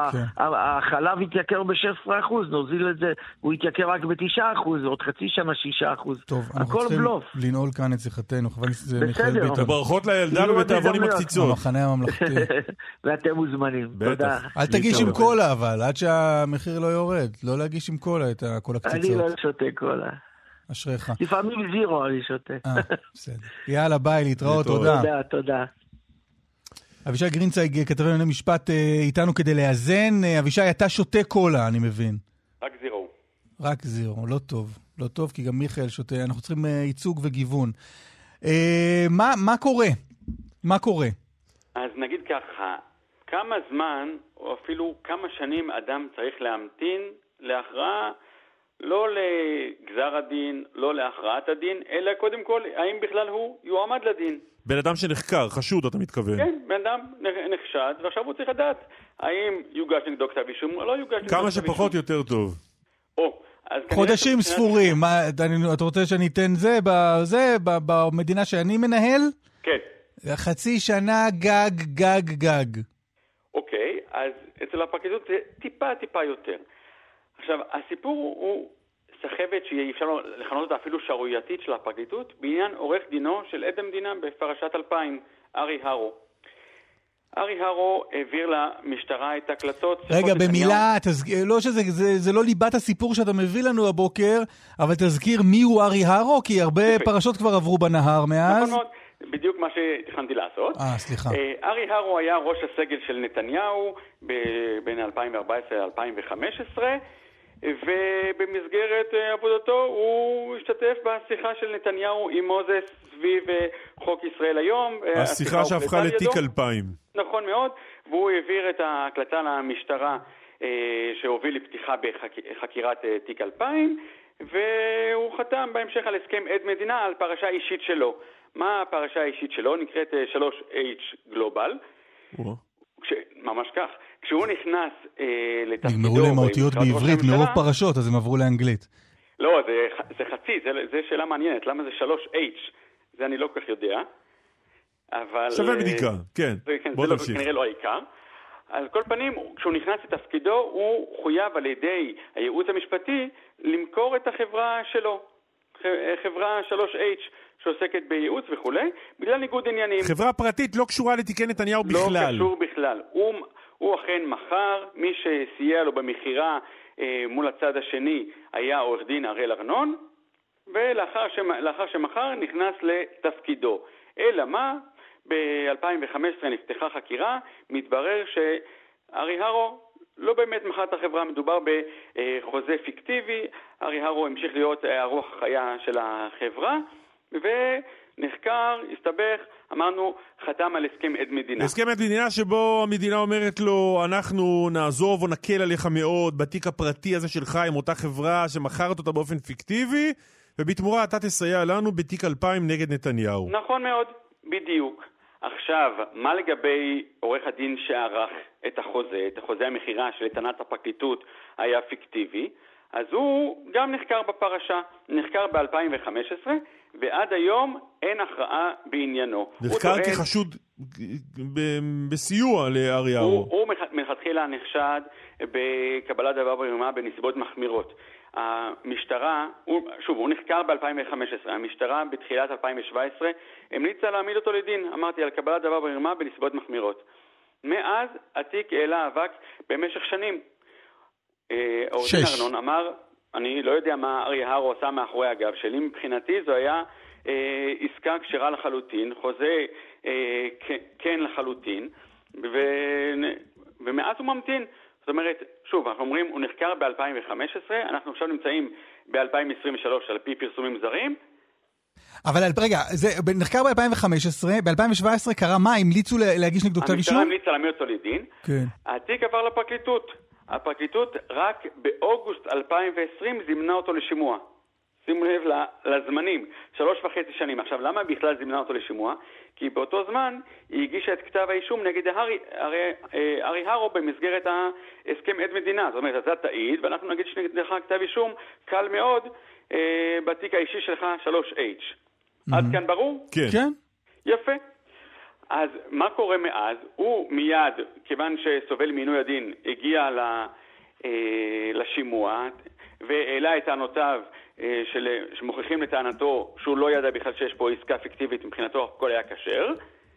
החלב יתייקר ב-16%, נוזיל את זה, הוא יתייקר רק ב-9%, עוד חצי שנה 6%. טוב, אנחנו צריכים לנעול כאן את שיחתנו. בסדר. וברכות לילדה ובתיאבון עם הקציצות. המחנה הממלכתי. ואתם מוזמנים. תודה. אל תגיש עם קולה, אבל, עד שהמחיר לא יורד. לא להגיש עם קולה את כל הקציצות. אני לא שותה קולה. אשריך. לפעמים זירו אני שותה. בסדר. יאללה, ביי, להתראות, תודה. תודה. אבישי גרינצייג, כתב לענייני משפט, איתנו כדי לאזן. אבישי, אתה שותה קולה, אני מבין. רק זירו. רק זירו, לא טוב. לא טוב, כי גם מיכאל שותה. אנחנו צריכים ייצוג וגיוון. מה קורה? מה קורה? אז נגיד ככה, כמה זמן, או אפילו כמה שנים אדם צריך להמתין להכרעה, לא לגזר הדין, לא להכרעת הדין, אלא קודם כל, האם בכלל הוא יועמד לדין. בן אדם שנחקר, חשוד אתה מתכוון. כן, בן אדם נחשד, ועכשיו הוא צריך לדעת האם יוגש נגדו כתב אישום או לא יוגש נגדו כתב אישום. כמה שפחות יותר טוב. חודשים ספורים. אתה רוצה שאני אתן זה במדינה שאני מנהל? כן. חצי שנה גג. אוקיי, אז אצל הפרקליטות זה טיפה יותר. עכשיו, הסיפור הוא סחבת שאי אפשר לכנות אותה אפילו שערורייתית של הפרקליטות, בעניין עורך דינו של עד המדינה בפרשת 2000, ארי הרו. ארי הרו העביר למשטרה את הקלטות. רגע, במילה, לא שזה לא ליבת הסיפור שאתה מביא לנו הבוקר, אבל תזכיר מי הוא ארי הרו, כי הרבה פרשות כבר עברו בנהר מאז. נכון מאוד, בדיוק מה שתכננתי לעשות. סליחה. ארי הרו היה ראש הסגל של נתניהו בין 2014 ל-2015, ובמסגרת עבודתו הוא השתתף בשיחה של נתניהו עם מוזס סביב חוק ישראל היום. השיחה שהפכה לתיק 2000. נכון מאוד, והוא העביר את ההקלטה למשטרה שהוביל לפתיחה בחקירת תיק 2000, והוא חתם בהמשך על הסכם עד מדינה על פרשה אישית שלו. מה הפרשה האישית שלו? נקראת 3H גלובל. ממש כך. כשהוא נכנס לתפקידו... נגמרו להם האותיות בעברית מרוב פרשות, אז הם עברו לאנגלית. לא, זה חצי, זה שאלה מעניינת. למה זה 3H? זה אני לא כך יודע. אבל... שווה בדיקה, כן. בוא נמשיך. זה כנראה לא העיקר. על כל פנים, כשהוא נכנס לתפקידו, הוא חויב על ידי הייעוץ המשפטי למכור את החברה שלו. חברה 3H שעוסקת בייעוץ וכו', בגלל ניגוד עניינים. חברה פרטית לא קשורה לתיקי נתניהו בכלל. לא קשור בכלל. הוא אכן מכר, מי שסייע לו במחירה מול הצד השני היה עורך דין הראל ארנון, ולאחר שמכר נכנס לתפקידו. אלא מה? ב-2015 נפתחה חקירה, מתברר שארי הרו לא באמת מכר את החברה, מדובר בחוזה פיקטיבי, ארי הרו המשיך להיות הרוח החיה של החברה, ונחקר, הסתבך, אמרנו, חתם על הסכם עד מדינה. הסכם עד מדינה שבו המדינה אומרת לו, אנחנו נעזוב או נקל עליך מאוד בתיק הפרטי הזה שלך עם אותה חברה שמכרת אותה באופן פיקטיבי, ובתמורה אתה תסייע לנו בתיק 2000 נגד נתניהו. נכון מאוד, בדיוק. עכשיו, מה לגבי עורך הדין שערך את החוזה המחירה של לטענת הפרקליטות היה פיקטיבי, אז הוא גם נחקר בפרשה, נחקר ב-2015, ועד היום אין הכרעה בעניינו. נחקר כחשוד בסיוע לארי הרו. הוא מלכתחילה נחשד בקבלת דבר במרמה בנסיבות מחמירות. המשטרה, הוא נחקר ב-2015, המשטרה בתחילת 2017 המליצה להעמיד אותו לדין, אמרתי, על קבלת דבר במרמה בנסיבות מחמירות. מאז התיק העלה אבק במשך שנים. עורך דין ארנון אמר, אני לא יודע מה ארי הרו עשה מאחורי הגב שלי, מבחינתי זו היה עסקה כשרה לחלוטין, חוזה כן לחלוטין, ומאז הוא ממתין. זאת אומרת, שוב, אנחנו אומרים, הוא נחקר ב-2015, אנחנו עכשיו נמצאים ב-2023 על פי פרסומים זרים. אבל רגע, זה נחקר ב-2015, ב-2017 קרה מה? המליצו להגיש נגדו כתב אישום? המשטרה המליצה להעמיד אותו לדין. כן. התיק עבר לפרקליטות. הפרקליטות רק באוגוסט 2020 זימנה אותו לשימוע. שימו לב לזמנים, 3.5 שנים. עכשיו, למה בכלל זימנה אותו לשימוע? כי באותו זמן היא הגישה את כתב האישום נגד ארי הרו במסגרת ההסכם עד מדינה. זאת אומרת, אתה תעיד, ואנחנו נגיד שנגדך כתב אישום קל מאוד בתיק האישי שלך 3H. עד כאן ברור? כן. יפה. אז מה קורה מאז? הוא מיד, כיוון שסובל מינוי הדין, הגיע לשימוע והעלה את טענותיו שמוכיחים לטענתו שהוא לא ידע בכלל שיש פה עסקה פיקטיבית, מבחינתו הכל היה כשר.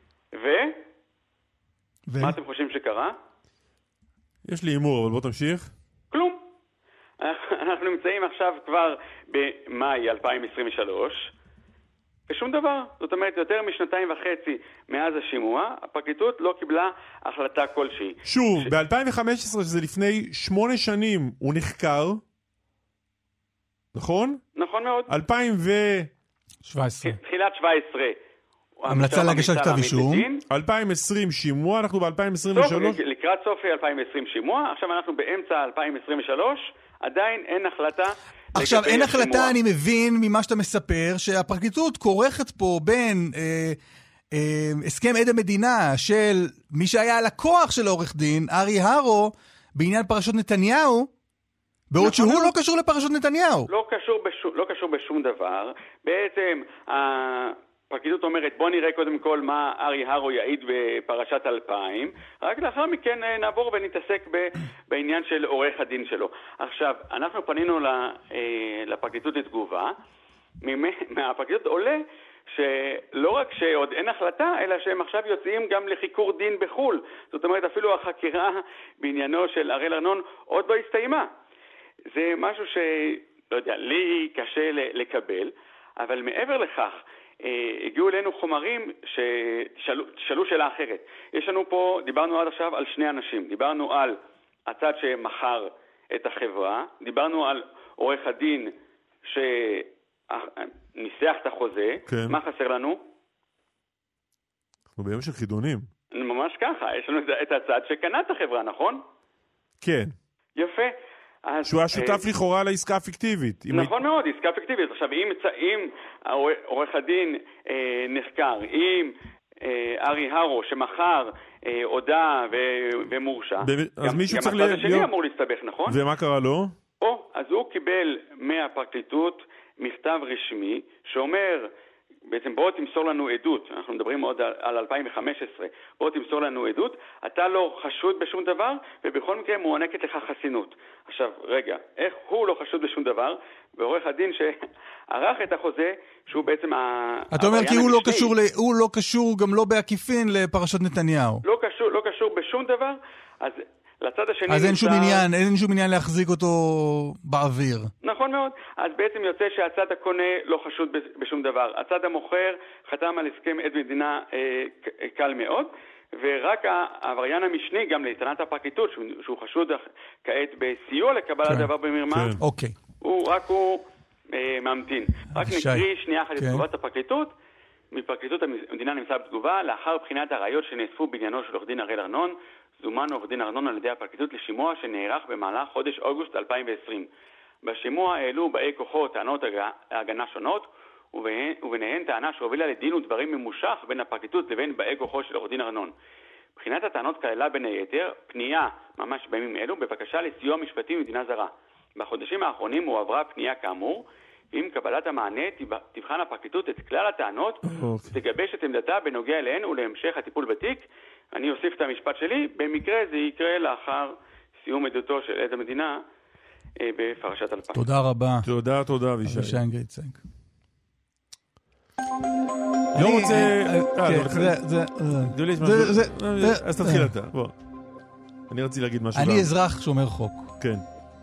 מה אתם חושבים שקרה? יש לי אימור, אבל בוא תמשיך. כלום. אנחנו נמצאים עכשיו כבר במאי 2023 ושום דבר. זאת אומרת, יותר מ2.5 מאז השימוע, הפרקליטות לא קיבלה החלטה כלשהי. שוב, ב-2015, שזה לפני 8 שנים, הוא נחקר, נכון? נכון מאוד. 2017. תחילת 17. המלצה להגשת כתב אישום. 2020 שימוע, אנחנו ב-2023. לקראת סוף 2020 שימוע, עכשיו אנחנו באמצע 2023, עדיין אין החלטה. עכשיו, אין החלטה, אני מבין ממה שאתה מספר, שהפרקליטות כורכת פה בין הסכם עד המדינה של מי שהיה הלקוח של עורך דין, ארי הרו, בעניין פרשות נתניהו, בעוד שהוא לא קשור לפרשות נתניהו. לא קשור בשום דבר. בעצם הפרקליטות אומרת, בוא נראה קודם כל מה ארי הרו יעיד בפרשת 2000, רק לאחר מכן נעבור ונתעסק בעניין של עורך הדין שלו. עכשיו, אנחנו פנינו לפרקליטות לתגובה, מהפרקליטות עולה שלא רק שעוד אין החלטה, אלא שהם עכשיו יוצאים גם לחיקור דין בחול. זאת אומרת, אפילו החקירה בעניינו של הראל ארנון עוד לא הסתיימה. זה משהו שלא יודע, לי קשה לקבל, אבל מעבר לכך, הגיעו אלינו חומרים ששאלו שאלה אחרת. יש לנו פה, דיברנו עד עכשיו על 2 אנשים. דיברנו על הצד שמחר את החברה, דיברנו על עורך הדין שניסח את החוזה. כן. מה חסר לנו? אנחנו ביום של חידונים. ממש ככה, יש לנו את הצד שקנה את החברה, נכון? כן. יפה. שהוא השותף לכאורה לעסקה הפיקטיבית. נכון מאוד, עסקה פיקטיבית. עכשיו, אם עורך הדין נחקר, אם ארי הרו שמחר הודע ומורשע, אז מישהו צריך גם הצד השני אמור להסתבך, נכון? ומה קרה לו? אז הוא קיבל מהפרקליטות מכתב רשמי שאומר, בעצם בוא תמסור לנו עדות, אנחנו מדברים עוד על 2015, בוא תמסור לנו עדות, אתה לא חשוד בשום דבר, ובכל מקרה מוענקת לך חסינות. עכשיו, רגע, איך הוא לא חשוד בשום דבר, ועורך הדין שערך את החוזה, שהוא בעצם אתה אומר כי הוא לא קשור גם לא בעקיפין לפרשת נתניהו. לא קשור בשום דבר, אז לצד השני... אז אין שום עניין להחזיק אותו באוויר. נכון מאוד. אז בעצם יוצא שהצד הקונה לא חשוד בשום דבר. הצד המוכר חתם על הסכם עד מדינה קל מאוד, ורק העבריין המשני, גם ליתנת הפרקליטות, שהוא חשוד כעת בסיוע לקבלת דבר במרמה, הוא ממתין. רק נקריא שנייה אחת את תגובת הפרקליטות. מפרקליטות המדינה נמצא בתגובה, לאחר בחינת הראיות שנאספו בעניינו של עורך דין הראל ארנון, זומן עורך דין ארנון על ידי הפרקליטות לשימוע שנערך במהלך חודש אוגוסט 2020. בשימוע העלו באי כוחו טענות הגנה שונות, וביניהן טענה שהובילה לדין ודברים ממושך בין הפרקליטות לבין באי כוחו של עורך דין ארנון. בחינת הטענות כללה בין היתר פנייה ממש בימים אלו בבקשה לסיוע משפטי ממדינה זרה. בחודשים האחרונים הועברה פנייה כאמור, ועם קבלת המענה תבחן הפרקליטות את כלל הטענות ותגבש את עמדתה בנוגע אליהן ולהמשך הטיפול בתיק. אני אוסיף את המשפט שלי, במקרה זה יקרה לאחר סיום עדותו של עד המדינה בפרשת 2000. תודה רבה. תודה, אבישי. אבישי אנגריצנק. לא רוצה... אז תתחיל אתה, בוא. אני רציתי להגיד משהו. אני אזרח שומר חוק. כן.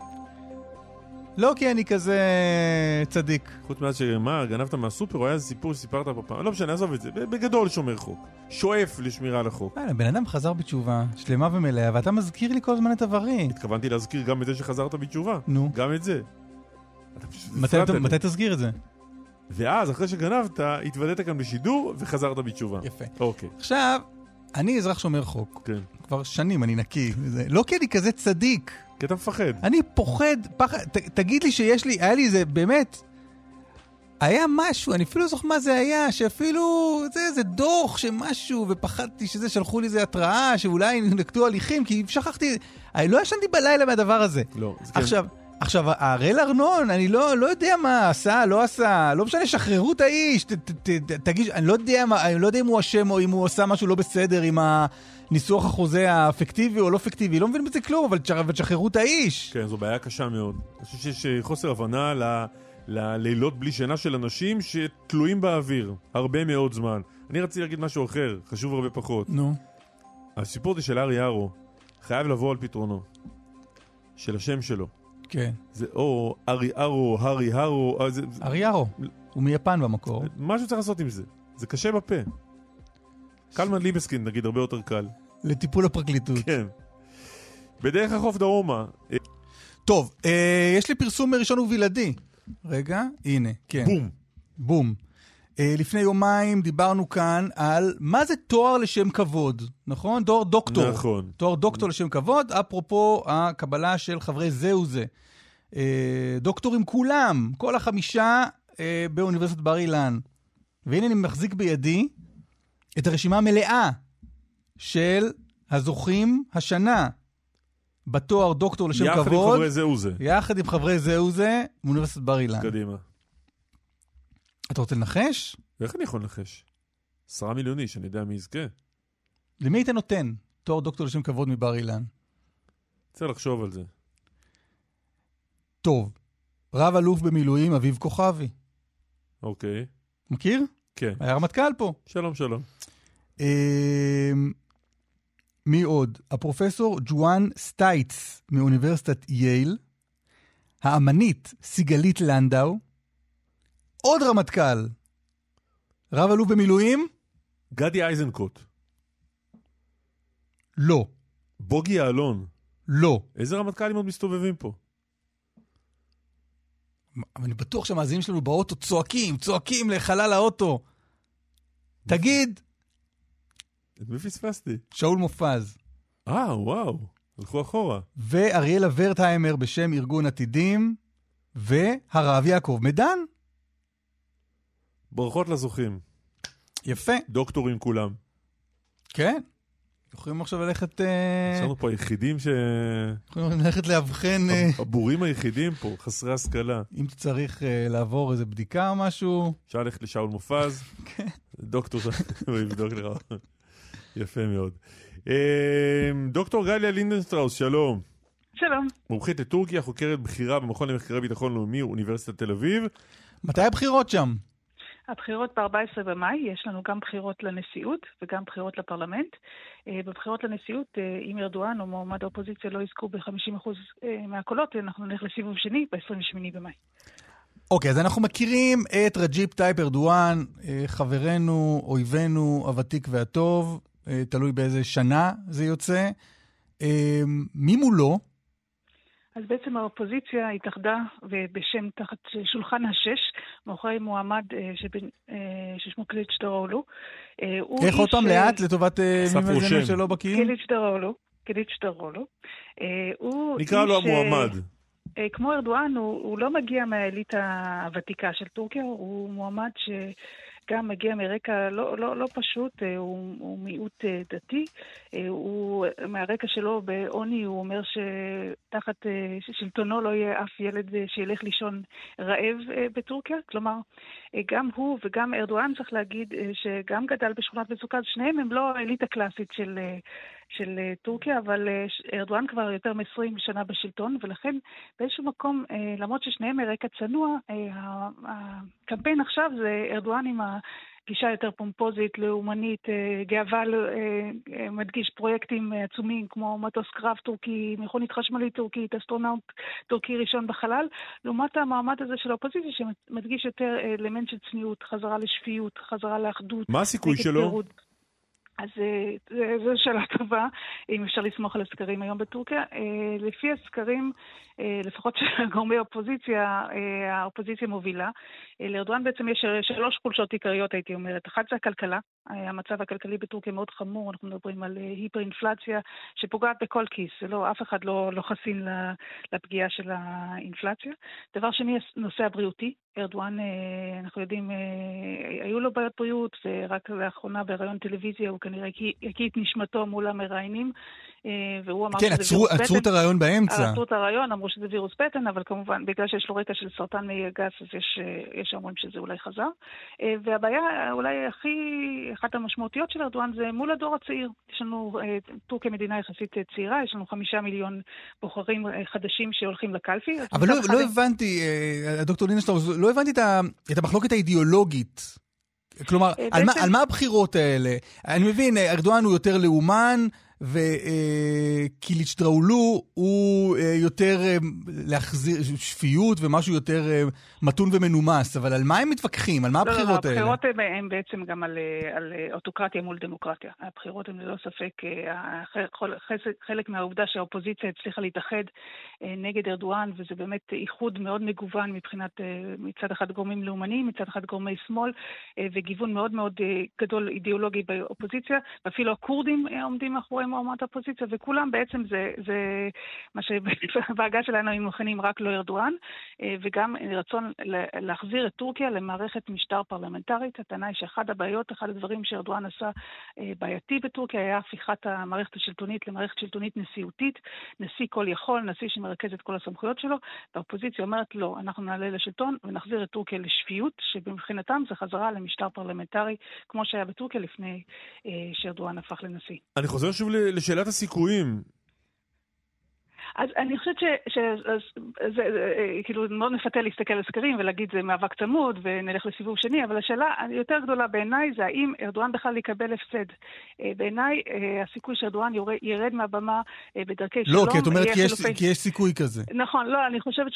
לא כי אני כזה צדיק. חוץ מאז שמה, גנבת מהסופר, או היה איזה סיפור שסיפרת פה פעם. לא משנה, עזוב את זה. בגדול שומר חוק. שואף לשמירה לחוק. בן אדם חזר בתשובה, שלמה ומלאה, ואתה מזכיר לי כל הזמן את עברי. התכוונתי להזכיר גם את זה שחזרת בתשובה. נו. גם את זה. מתי תזכיר את זה? ואז, אחרי שגנבת, התוודעת כאן בשידור וחזרת בתשובה. יפה. אוקיי. עכשיו, אני אזרח שומר חוק. כן. כבר שנים אני נקי. לא כי אני כזה צדיק. כי אתה מפחד. אני פוחד, תגיד לי שיש לי, היה לי זה באמת, היה משהו, אני אפילו לא זוכר מה זה היה, שאפילו זה דוח שמשהו, ופחדתי שזה, שלחו לי איזה התראה, שאולי נקטו הליכים, כי שכחתי, אני לא ישנתי בלילה מהדבר הזה. לא. עכשיו, עכשיו, הראל ארנון, אני לא יודע מה עשה, לא עשה, לא משנה, שחררו את האיש, תגיש, אני לא יודע אם הוא אשם או אם הוא עשה משהו לא בסדר עם הניסוח החוזה האפקטיבי או לא אפקטיבי, לא מבין בזה כלום, אבל תשחררו את האיש. כן, זו בעיה קשה מאוד. אני חושב שיש חוסר הבנה ללילות בלי שינה של אנשים שתלויים באוויר, הרבה מאוד זמן. אני רציתי להגיד משהו אחר, חשוב הרבה פחות. נו. הסיפור הזה של ארי ארו חייב לבוא על פתרונו, של השם שלו. כן. זה או ארי ארו, הרי הרו. ארי ארו, הוא מיפן במקור. משהו צריך לעשות עם זה, זה קשה בפה. קלמן ליבסקין, נגיד, הרבה יותר קל. לטיפול הפרקליטות. כן. בדרך החוף דרומה. טוב, יש לי פרסום ראשון ובלעדי. רגע, הנה, כן. בום. בום. לפני יומיים דיברנו כאן על מה זה תואר לשם כבוד, נכון? תואר דוקטור. נכון. תואר דוקטור לשם כבוד, אפרופו הקבלה של חברי זהו זה. דוקטורים כולם, כל 5 באוניברסיטת בר אילן. והנה אני מחזיק בידי את הרשימה המלאה של הזוכים השנה בתואר דוקטור לשם כבוד. יחד עם חברי זהו זה. יחד עם חברי זהו זה, מאוניברסיטת בר אילן. קדימה. אתה רוצה לנחש? איך אני יכול לנחש? 10 מיליון איש, אני יודע מי יזכה. למי היית נותן תואר דוקטור לשם כבוד מבר אילן? צריך לחשוב על זה. טוב, רב אלוף במילואים אביב כוכבי. אוקיי. מכיר? כן. היה רמטכ"ל פה. שלום, שלום. מי עוד? הפרופסור ג'ואן סטייץ מאוניברסיטת יייל, האמנית סיגלית לנדאו, עוד רמטכ"ל, רב אלוף במילואים? גדי איזנקוט. לא. בוגי יעלון. לא. איזה רמטכ"לים עוד מסתובבים פה? אני בטוח שהמאזינים שלנו באוטו צועקים לחלל האוטו. תגיד. את מי פספסתי? שאול מופז. וואו. הלכו אחורה. ואריאלה ורטהיימר בשם ארגון עתידים, והרב יעקב מדן. ברכות לזוכים. יפה. דוקטורים כולם. כן. יכולים עכשיו ללכת... יש לנו פה היחידים יכולים ללכת להבחן... הבורים היחידים פה, חסרי השכלה. אם צריך לעבור איזה בדיקה או משהו... אפשר ללכת לשאול מופז. כן. דוקטור, הוא יבדוק לך. יפה מאוד. דוקטור גליה לינדנשטראוס, שלום. שלום. מומחית לטורקיה, חוקרת בכירה במכון למחקרי ביטחון לאומי, אוניברסיטת תל אביב. מתי הבחירות שם? הבחירות ב-14 במאי, יש לנו גם בחירות לנשיאות וגם בחירות לפרלמנט. בבחירות לנשיאות, אם ארדואן או מועמד האופוזיציה לא יזכו ב-50% מהקולות, אנחנו נלך לסיבוב שני ב-28 במאי. אוקיי, אז אנחנו מכירים את רג'יפ טייפ ארדואן, חברנו, אויבנו, הוותיק והטוב, תלוי באיזה שנה זה יוצא. מי מולו? אז בעצם האופוזיציה התאחדה בשם תחת שולחן השש, מאחורי מועמד ששמו קליץ' דראולו. איך עוד פעם לאט לטובת מי מזינו שלא בקיים? קליץ' דראולו. נקרא לו המועמד. כמו ארדואן, הוא לא מגיע מהאליטה הוותיקה של טורקיה, הוא מועמד גם מגיע מרקע לא פשוט, הוא מיעוט דתי, הוא מהרקע שלו בעוני, הוא אומר שתחת שלטונו לא יהיה אף ילד שילך לישון רעב בטורקיה, כלומר גם הוא וגם ארדואן צריך להגיד שגם גדל בשכונת מצוקה, שניהם הם לא האליטה קלאסית של טורקיה, אבל ארדואן כבר יותר מ-20 שנה בשלטון, ולכן באיזשהו מקום, למרות ששניהם מרקע צנוע, הקמפיין עכשיו זה ארדואן עם הגישה יותר פומפוזית, לאומנית, גאווה, מדגיש פרויקטים עצומים כמו מטוס קרב טורקי, מכונית חשמלית טורקית, אסטרונאוט טורקי ראשון בחלל, לעומת המעמד הזה של האופוזיציה שמדגיש יותר אלמנט של צניעות, חזרה לשפיות, חזרה לאחדות. מה הסיכוי שלו? אז זו שאלה טובה, אם אפשר לסמוך על הסקרים היום בטורקיה. לפי הסקרים, לפחות של גורמי האופוזיציה, האופוזיציה מובילה. לארדואן בעצם יש 3 חולשות עיקריות, הייתי אומרת. אחת זה הכלכלה. המצב הכלכלי בטורקיה מאוד חמור, אנחנו מדברים על היפר-אינפלציה שפוגעת בכל כיס. אף אחד לא חסין לפגיעה של האינפלציה. דבר שני, נושא הבריאותי. ארדואן, אנחנו יודעים, היו לו בעיות בריאות, ורק לאחרונה בראיון טלוויזיה הוא כנראה הקיא את נשמתו מול המראיינים, והוא אמר כן, שזה וירוס בטן. עצרו את הרעיון באמצע. עצרו את הרעיון, אמרו שזה וירוס בטן, אבל כמובן, בגלל שיש לו רקע של סרטן מעי הגס, אז יש אומרים שזה אולי חזר. והבעיה אולי אחת המשמעותיות של ארדואן זה מול הדור הצעיר. יש לנו, טורקיה מדינה יחסית צעירה, יש לנו 5 מיליון בוחרים חדשים שהולכים לקלפי. אבל לא הבנתי, דוקטור לינשטראוס, לא הבנתי את המחלוקת האידיאולוגית. כלומר, על מה הבחירות האלה? אני מבין, ארדואן הוא יותר לאומן, וקיליצ'דראולו הוא יותר להחזיר שפיות ומשהו יותר מתון ומנומס, אבל על מה הם מתווכחים? על מה הבחירות האלה? הבחירות הן בעצם גם על אוטוקרטיה מול דמוקרטיה. הבחירות הן ללא ספק חלק מהעובדה שהאופוזיציה הצליחה להתאחד נגד ארדואן, וזה באמת איחוד מאוד מגוון מבחינת מצד אחד גורמים לאומניים, מצד אחד גורמי שמאל, וגיוון מאוד מאוד גדול אידיאולוגי באופוזיציה, ואפילו הקורדים עומדים מאחורי מועמד האופוזיציה, וכולם בעצם זה מה שבהגה שלנו הם מכנים רק לא ארדואן, וגם רצון להחזיר את טורקיה למערכת משטר פרלמנטרית. הטענה היא שאחד הבעיות, אחד הדברים שארדואן עשה בעייתי בטורקיה, היה הפיכת המערכת השלטונית למערכת שלטונית נשיאותית, נשיא כל יכול, נשיא שמרכז את כל הסמכויות שלו, והאופוזיציה אומרת לא, אנחנו נעלה לשלטון ונחזיר את טורקיה לשפיות, שבמבחינתם זה חזרה למשטר פרלמנטרי, כמו שהיה בטורקיה לפני שארדואן הפך לנשיא. אני חוזר שוב לשאלת הסיכויים. אז אני חושבת שזה כאילו מאוד מפתה להסתכל על סקרים ולהגיד זה מאבק צמוד ונלך לסיבוב שני, אבל השאלה היותר גדולה בעיניי זה האם ארדואן בכלל יקבל הפסד. בעיניי הסיכוי שארדואן ירד מהבמה בדרכי שלום. לא, כי את אומרת כי יש סיכוי כזה. נכון, לא, אני חושבת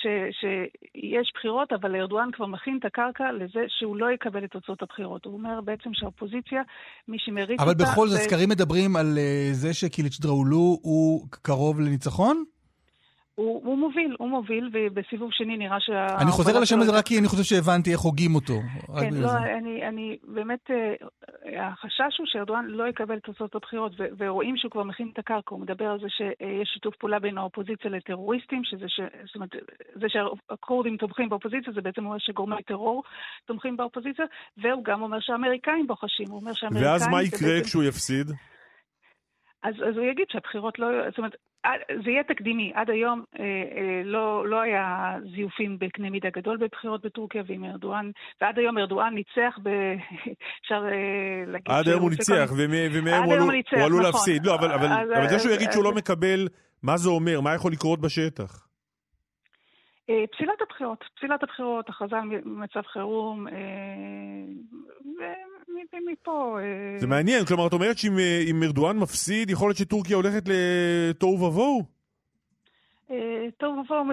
שיש בחירות, אבל ארדואן כבר מכין את הקרקע לזה שהוא לא יקבל את תוצאות הבחירות. הוא אומר בעצם שהאופוזיציה, מי שמריץ אותה... אבל בכל זאת, סקרים מדברים על זה שקיליצ'דראולו הוא קרוב לניצחון? הוא מוביל, ובסיבוב שני נראה אני חוזר על השם הזה רק כי אני חושב שהבנתי איך הוגים אותו. כן, לא, אני באמת, החשש הוא שארדואן לא יקבל את תוצאות הבחירות, ורואים שהוא כבר מכין את הקרקע, הוא מדבר על זה שיש שיתוף פעולה בין האופוזיציה לטרוריסטים, זאת אומרת, זה שהקורדים תומכים באופוזיציה, זה בעצם אומר שגורמי טרור תומכים באופוזיציה, והוא גם אומר שהאמריקאים בוחשים, הוא אומר שהאמריקאים... ואז מה יקרה כשהוא יפסיד? אז הוא יגיד שהבחירות לא... זאת אומרת, זה יהיה תקדימי. עד היום לא היה זיופים בקנה מידה גדול בבחירות בטורקיה ועם ארדואן, ועד היום ארדואן ניצח אפשר להגיד... עד היום הוא ניצח, ומהם הוא עלול להפסיד. לא, אבל זה שהוא יגיד שהוא לא מקבל, מה זה אומר? מה יכול לקרות בשטח? פסילת הבחירות, הכרזה על מצב חירום, ומפה... זה מעניין, כלומר, את אומרת שאם ארדואן מפסיד, יכול להיות שטורקיה הולכת לתוהו ובוהו? תוהו ובוהו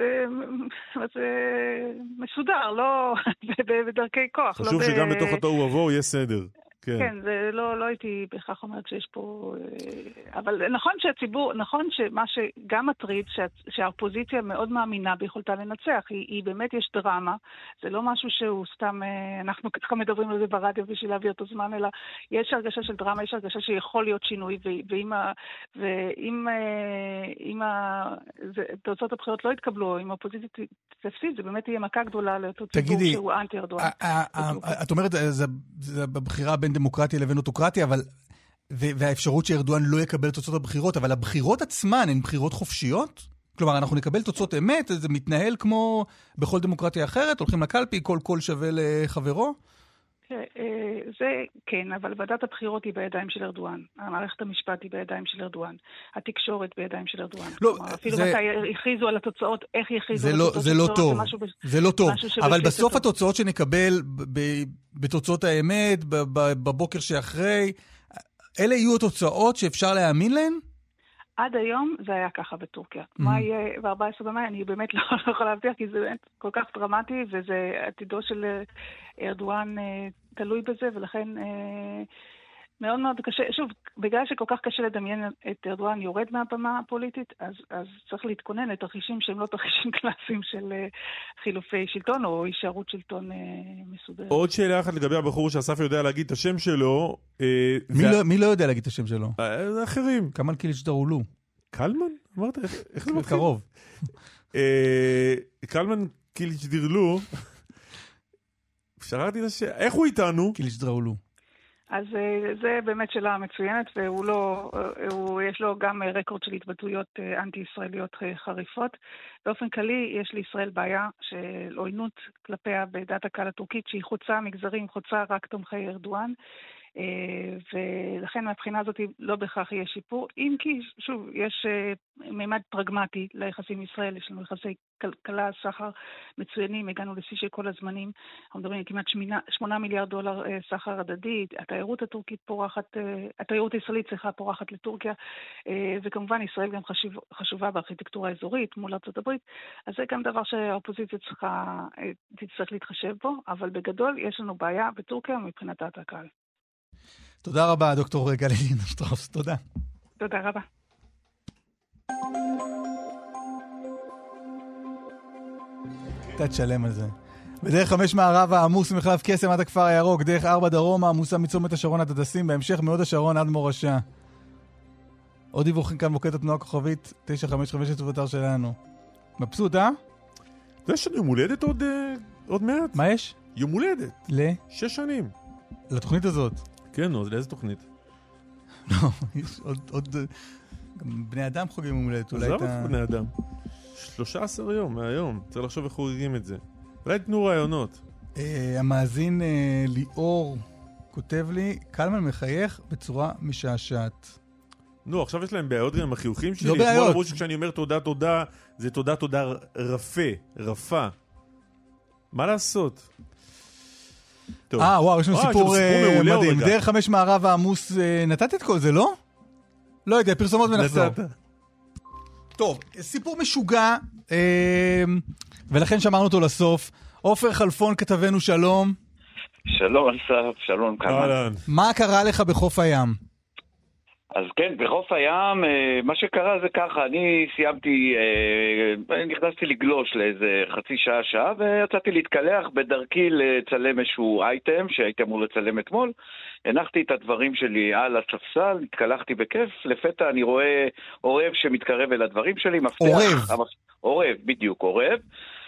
מסודר, לא בדרכי כוח. חשוב שגם בתוך התוהו ובוהו יהיה סדר. כן, זה לא הייתי בכך אומרת שיש פה... אבל נכון שהציבור, נכון שמה שגם מטריד, שהאופוזיציה מאוד מאמינה ביכולתה לנצח. היא באמת יש דרמה, זה לא משהו שהוא סתם, אנחנו ככה מדברים על זה ברדיו בשביל להעביר את הזמן, אלא יש הרגשה של דרמה, יש הרגשה שיכול להיות שינוי, ואם תוצאות הבחירות לא יתקבלו, אם האופוזיציה תפסיד, זה באמת יהיה מכה גדולה לאותו ציבור שהוא אנטי ארדואן. את אומרת, זה בבחירה בין דמוקרטיה לבין אוטוקרטיה, והאפשרות שארדואן לא יקבל תוצאות הבחירות, אבל הבחירות עצמן הן בחירות חופשיות? כלומר, אנחנו נקבל תוצאות אמת, זה מתנהל כמו בכל דמוקרטיה אחרת, הולכים לקלפי, כל קול שווה לחברו? זה כן, אבל ועדת הבחירות היא בידיים של ארדואן. המערכת המשפט היא בידיים של ארדואן. התקשורת בידיים של ארדואן. אפילו מתי הכריזו על התוצאות, איך יכריזו על התוצאות. זה לא טוב. זה לא טוב. אבל בסוף התוצאות שנקבל בתוצאות האמת, בבוקר שאחרי, אלה יהיו התוצאות שאפשר להאמין להן? עד היום זה היה ככה בטורקיה. מה יהיה ב-14 במאי? אני באמת לא יכולה להבטיח, כי זה כל כך דרמטי, וזה עתידו של ארדואן תלוי בזה, ולכן מאוד מאוד קשה. שוב, בגלל שכל כך קשה לדמיין את ארדואן יורד מהבמה הפוליטית, אז צריך להתכונן לתרחישים שהם לא תרחישים קלאסיים של חילופי שלטון, או הישארות שלטון מסודר. עוד שאלה אחת לגבי הבחור שאסף יודע להגיד את השם שלו. מי לא יודע להגיד את השם שלו? זה אחרים. כמאל קיליצ'דראולו. קלמן? אמרת, איך זה מתחיל? קרוב. קלמן קיליצ'דראולו, שררתי את השם, איך הוא איתנו? קיליצ'דראולו. אז זה באמת שאלה מצוינת, ויש לו גם רקורד של התבטאויות אנטי-ישראליות חריפות. באופן כללי, יש לישראל בעיה של עוינות כלפיה בדעת הקהל הטורקית, שהיא חוצה מגזרים, חוצה רק תומכי ארדואן, ולכן מהבחינה הזאת לא בהכרח יהיה שיפור, אם כי, שוב, יש מימד פרגמטי ליחסים עם ישראל, יש לנו יחסי כלכלה, סחר מצוינים, הגענו לשיא של כל הזמנים, אנחנו מדברים כמעט 8 מיליארד דולר סחר הדדי, התיירות הטורקית פורחת, התיירות הישראלית פורחת לטורקיה, וכמובן ישראל גם חשובה בארכיטקטורה האזורית מול ארצות הברית, אז זה גם דבר שהאופוזיציה תצטרך להתחשב בו, אבל בגדול יש לנו בעיה בטורקיה מבחינת דעת הקהל. תודה רבה, דוקטור גלית שטראוס. תודה. תודה רבה. תשלם על זה. בדרך 5 מערב העמוס מחלף קסם עד הכפר הירוק, דרך 4 דרומה עמוסה מצומת השרון עד הדסים, בהמשך מהוד השרון עד מורשה. עוד דיווחים כאן מוקד התנועה כוכבית 955 באתר שלנו. מבסוט, אה? יש לנו יום הולדת עוד מעט. מה יש? יום הולדת. 6 שנים. לתוכנית הזאת. כן, אז לאיזה תוכנית? לא, יש עוד... גם בני אדם חוגגים יום הולדת. עזוב את בני אדם. 13 יום מהיום. צריך לחשוב איך חוגגים את זה. אולי תנו רעיונות. המאזין ליאור כותב לי, קלמן מחייך בצורה משעשעת. נו, עכשיו יש להם בעיות גם עם החיוכים שלי. לא בעיות. כמו שכשאני אומר תודה, זה תודה רפה. מה לעשות? וואו, יש לנו סיפור מדהים. דרך 5 מערב העמוס, נתת את כל זה, לא? לא יודע, פרסומות ונחזור. טוב, סיפור משוגע, ולכן שמרנו אותו לסוף. עופר חלפון כתבנו, שלום. שלום אסף, שלום קלמן. מה קרה לך בחוף הים? אז כן, בחוף הים, מה שקרה זה ככה, אני סיימתי, נכנסתי לגלוש לאיזה חצי שעה, ויצאתי להתקלח בדרכי לצלם איזשהו אייטם שהייתי אמור לצלם אתמול. הנחתי את הדברים שלי על הספסל, התקלחתי בכיף, לפתע אני רואה עורב שמתקרב אל הדברים שלי, מפתח. עורב, בדיוק, עורב.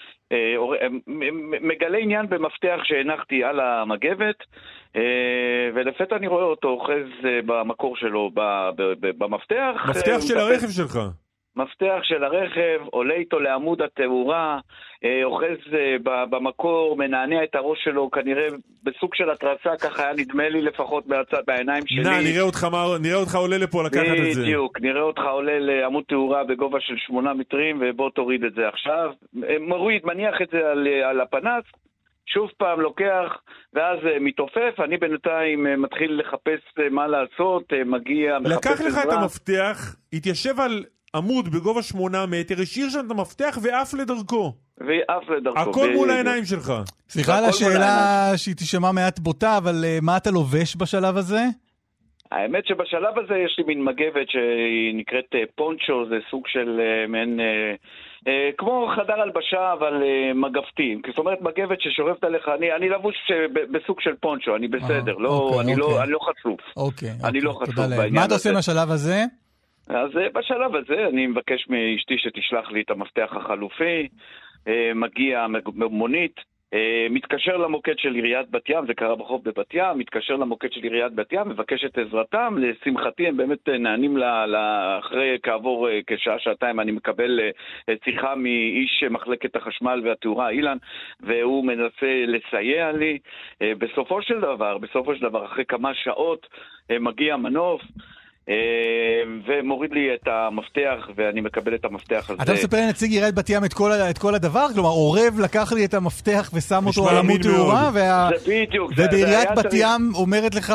מגלה עניין במפתח שהנחתי על המגבת, ולפתע אני רואה אותו אוחז במקור שלו במפתח. מפתח של הרכב שלך. מפתח של הרכב, עולה איתו לעמוד התאורה, אוחז במקור, מנענע את הראש שלו, כנראה בסוג של התרסה, ככה היה נדמה לי לפחות בעיניים שלי. נראה אותך עולה לפה לקחת את זה. בדיוק, נראה אותך עולה לעמוד תאורה בגובה של 8 מטרים, ובוא תוריד את זה עכשיו. מוריד, מניח את זה על הפנס, שוב פעם לוקח, ואז מתעופף, אני בינתיים מתחיל לחפש מה לעשות, מגיע, מחפש לקח לך את המפתח, התיישב על עמוד בגובה 8 מטר, השאיר שם את המפתח ואף לדרכו. הכל מול העיניים שלך. סליחה על השאלה שהיא תשמע מעט בוטה, אבל מה אתה לובש בשלב הזה? האמת שבשלב הזה יש לי מין מגבת שהיא נקראת פונצ'ו, זה סוג של מעין... כמו חדר הלבשה, אבל מגבתי. זאת אומרת, מגבת ששורפת עליך, אני לבוש בסוג של פונצ'ו, אני בסדר, אני לא חצוף. אני לא חצוף בעניין הזה. מה אתה עושה מהשלב הזה? אז בשלב הזה אני מבקש מאשתי שתשלח לי את המפתח החלופי, מגיע מונית, מתקשר למוקד של עיריית בת ים, זה קרה בחוף בבת ים, מתקשר למוקד של עיריית בת ים, מבקש את עזרתם, לשמחתי הם באמת נענים אחרי כעבור כשעה, שעתיים, אני מקבל שיחה מאיש מחלקת החשמל והתאורה, אילן, והוא מנסה לסייע לי. בסופו של דבר, אחרי כמה שעות, מגיע מנוף, ומוריד לי את המפתח, ואני מקבל את המפתח הזה. אתה מספר לנציג עיריית בת ים את כל הדבר? כלומר, עורב לקח לי את המפתח ושם אותו על עמוד תאורה, ובעיריית בת ים אומרת לך,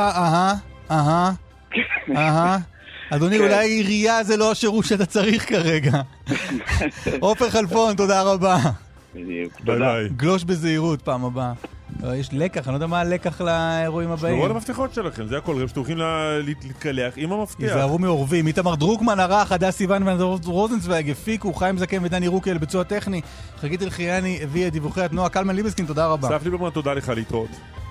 אדוני, אולי עירייה זה לא השירות שאתה צריך כרגע. עופר חלפון, תודה רבה. תודה. גלוש בזהירות פעם הבאה. יש לקח, אני לא יודע מה הלקח לאירועים הבאים. שמרו על המפתחות שלכם, זה הכל, שאתם הולכים להתקלח עם המפתח. יזהרו מעורבים. איתמר דרוקמן, ערך, הדס סיוון ורוזנצוויג, הפיקו, חיים זקן ודני רוקי על ביצוע טכני. חגית אלחייני הביאה דיווחי התנועה. קלמן ליבסקין, תודה רבה. סף ליברמן, תודה לך, להתראות.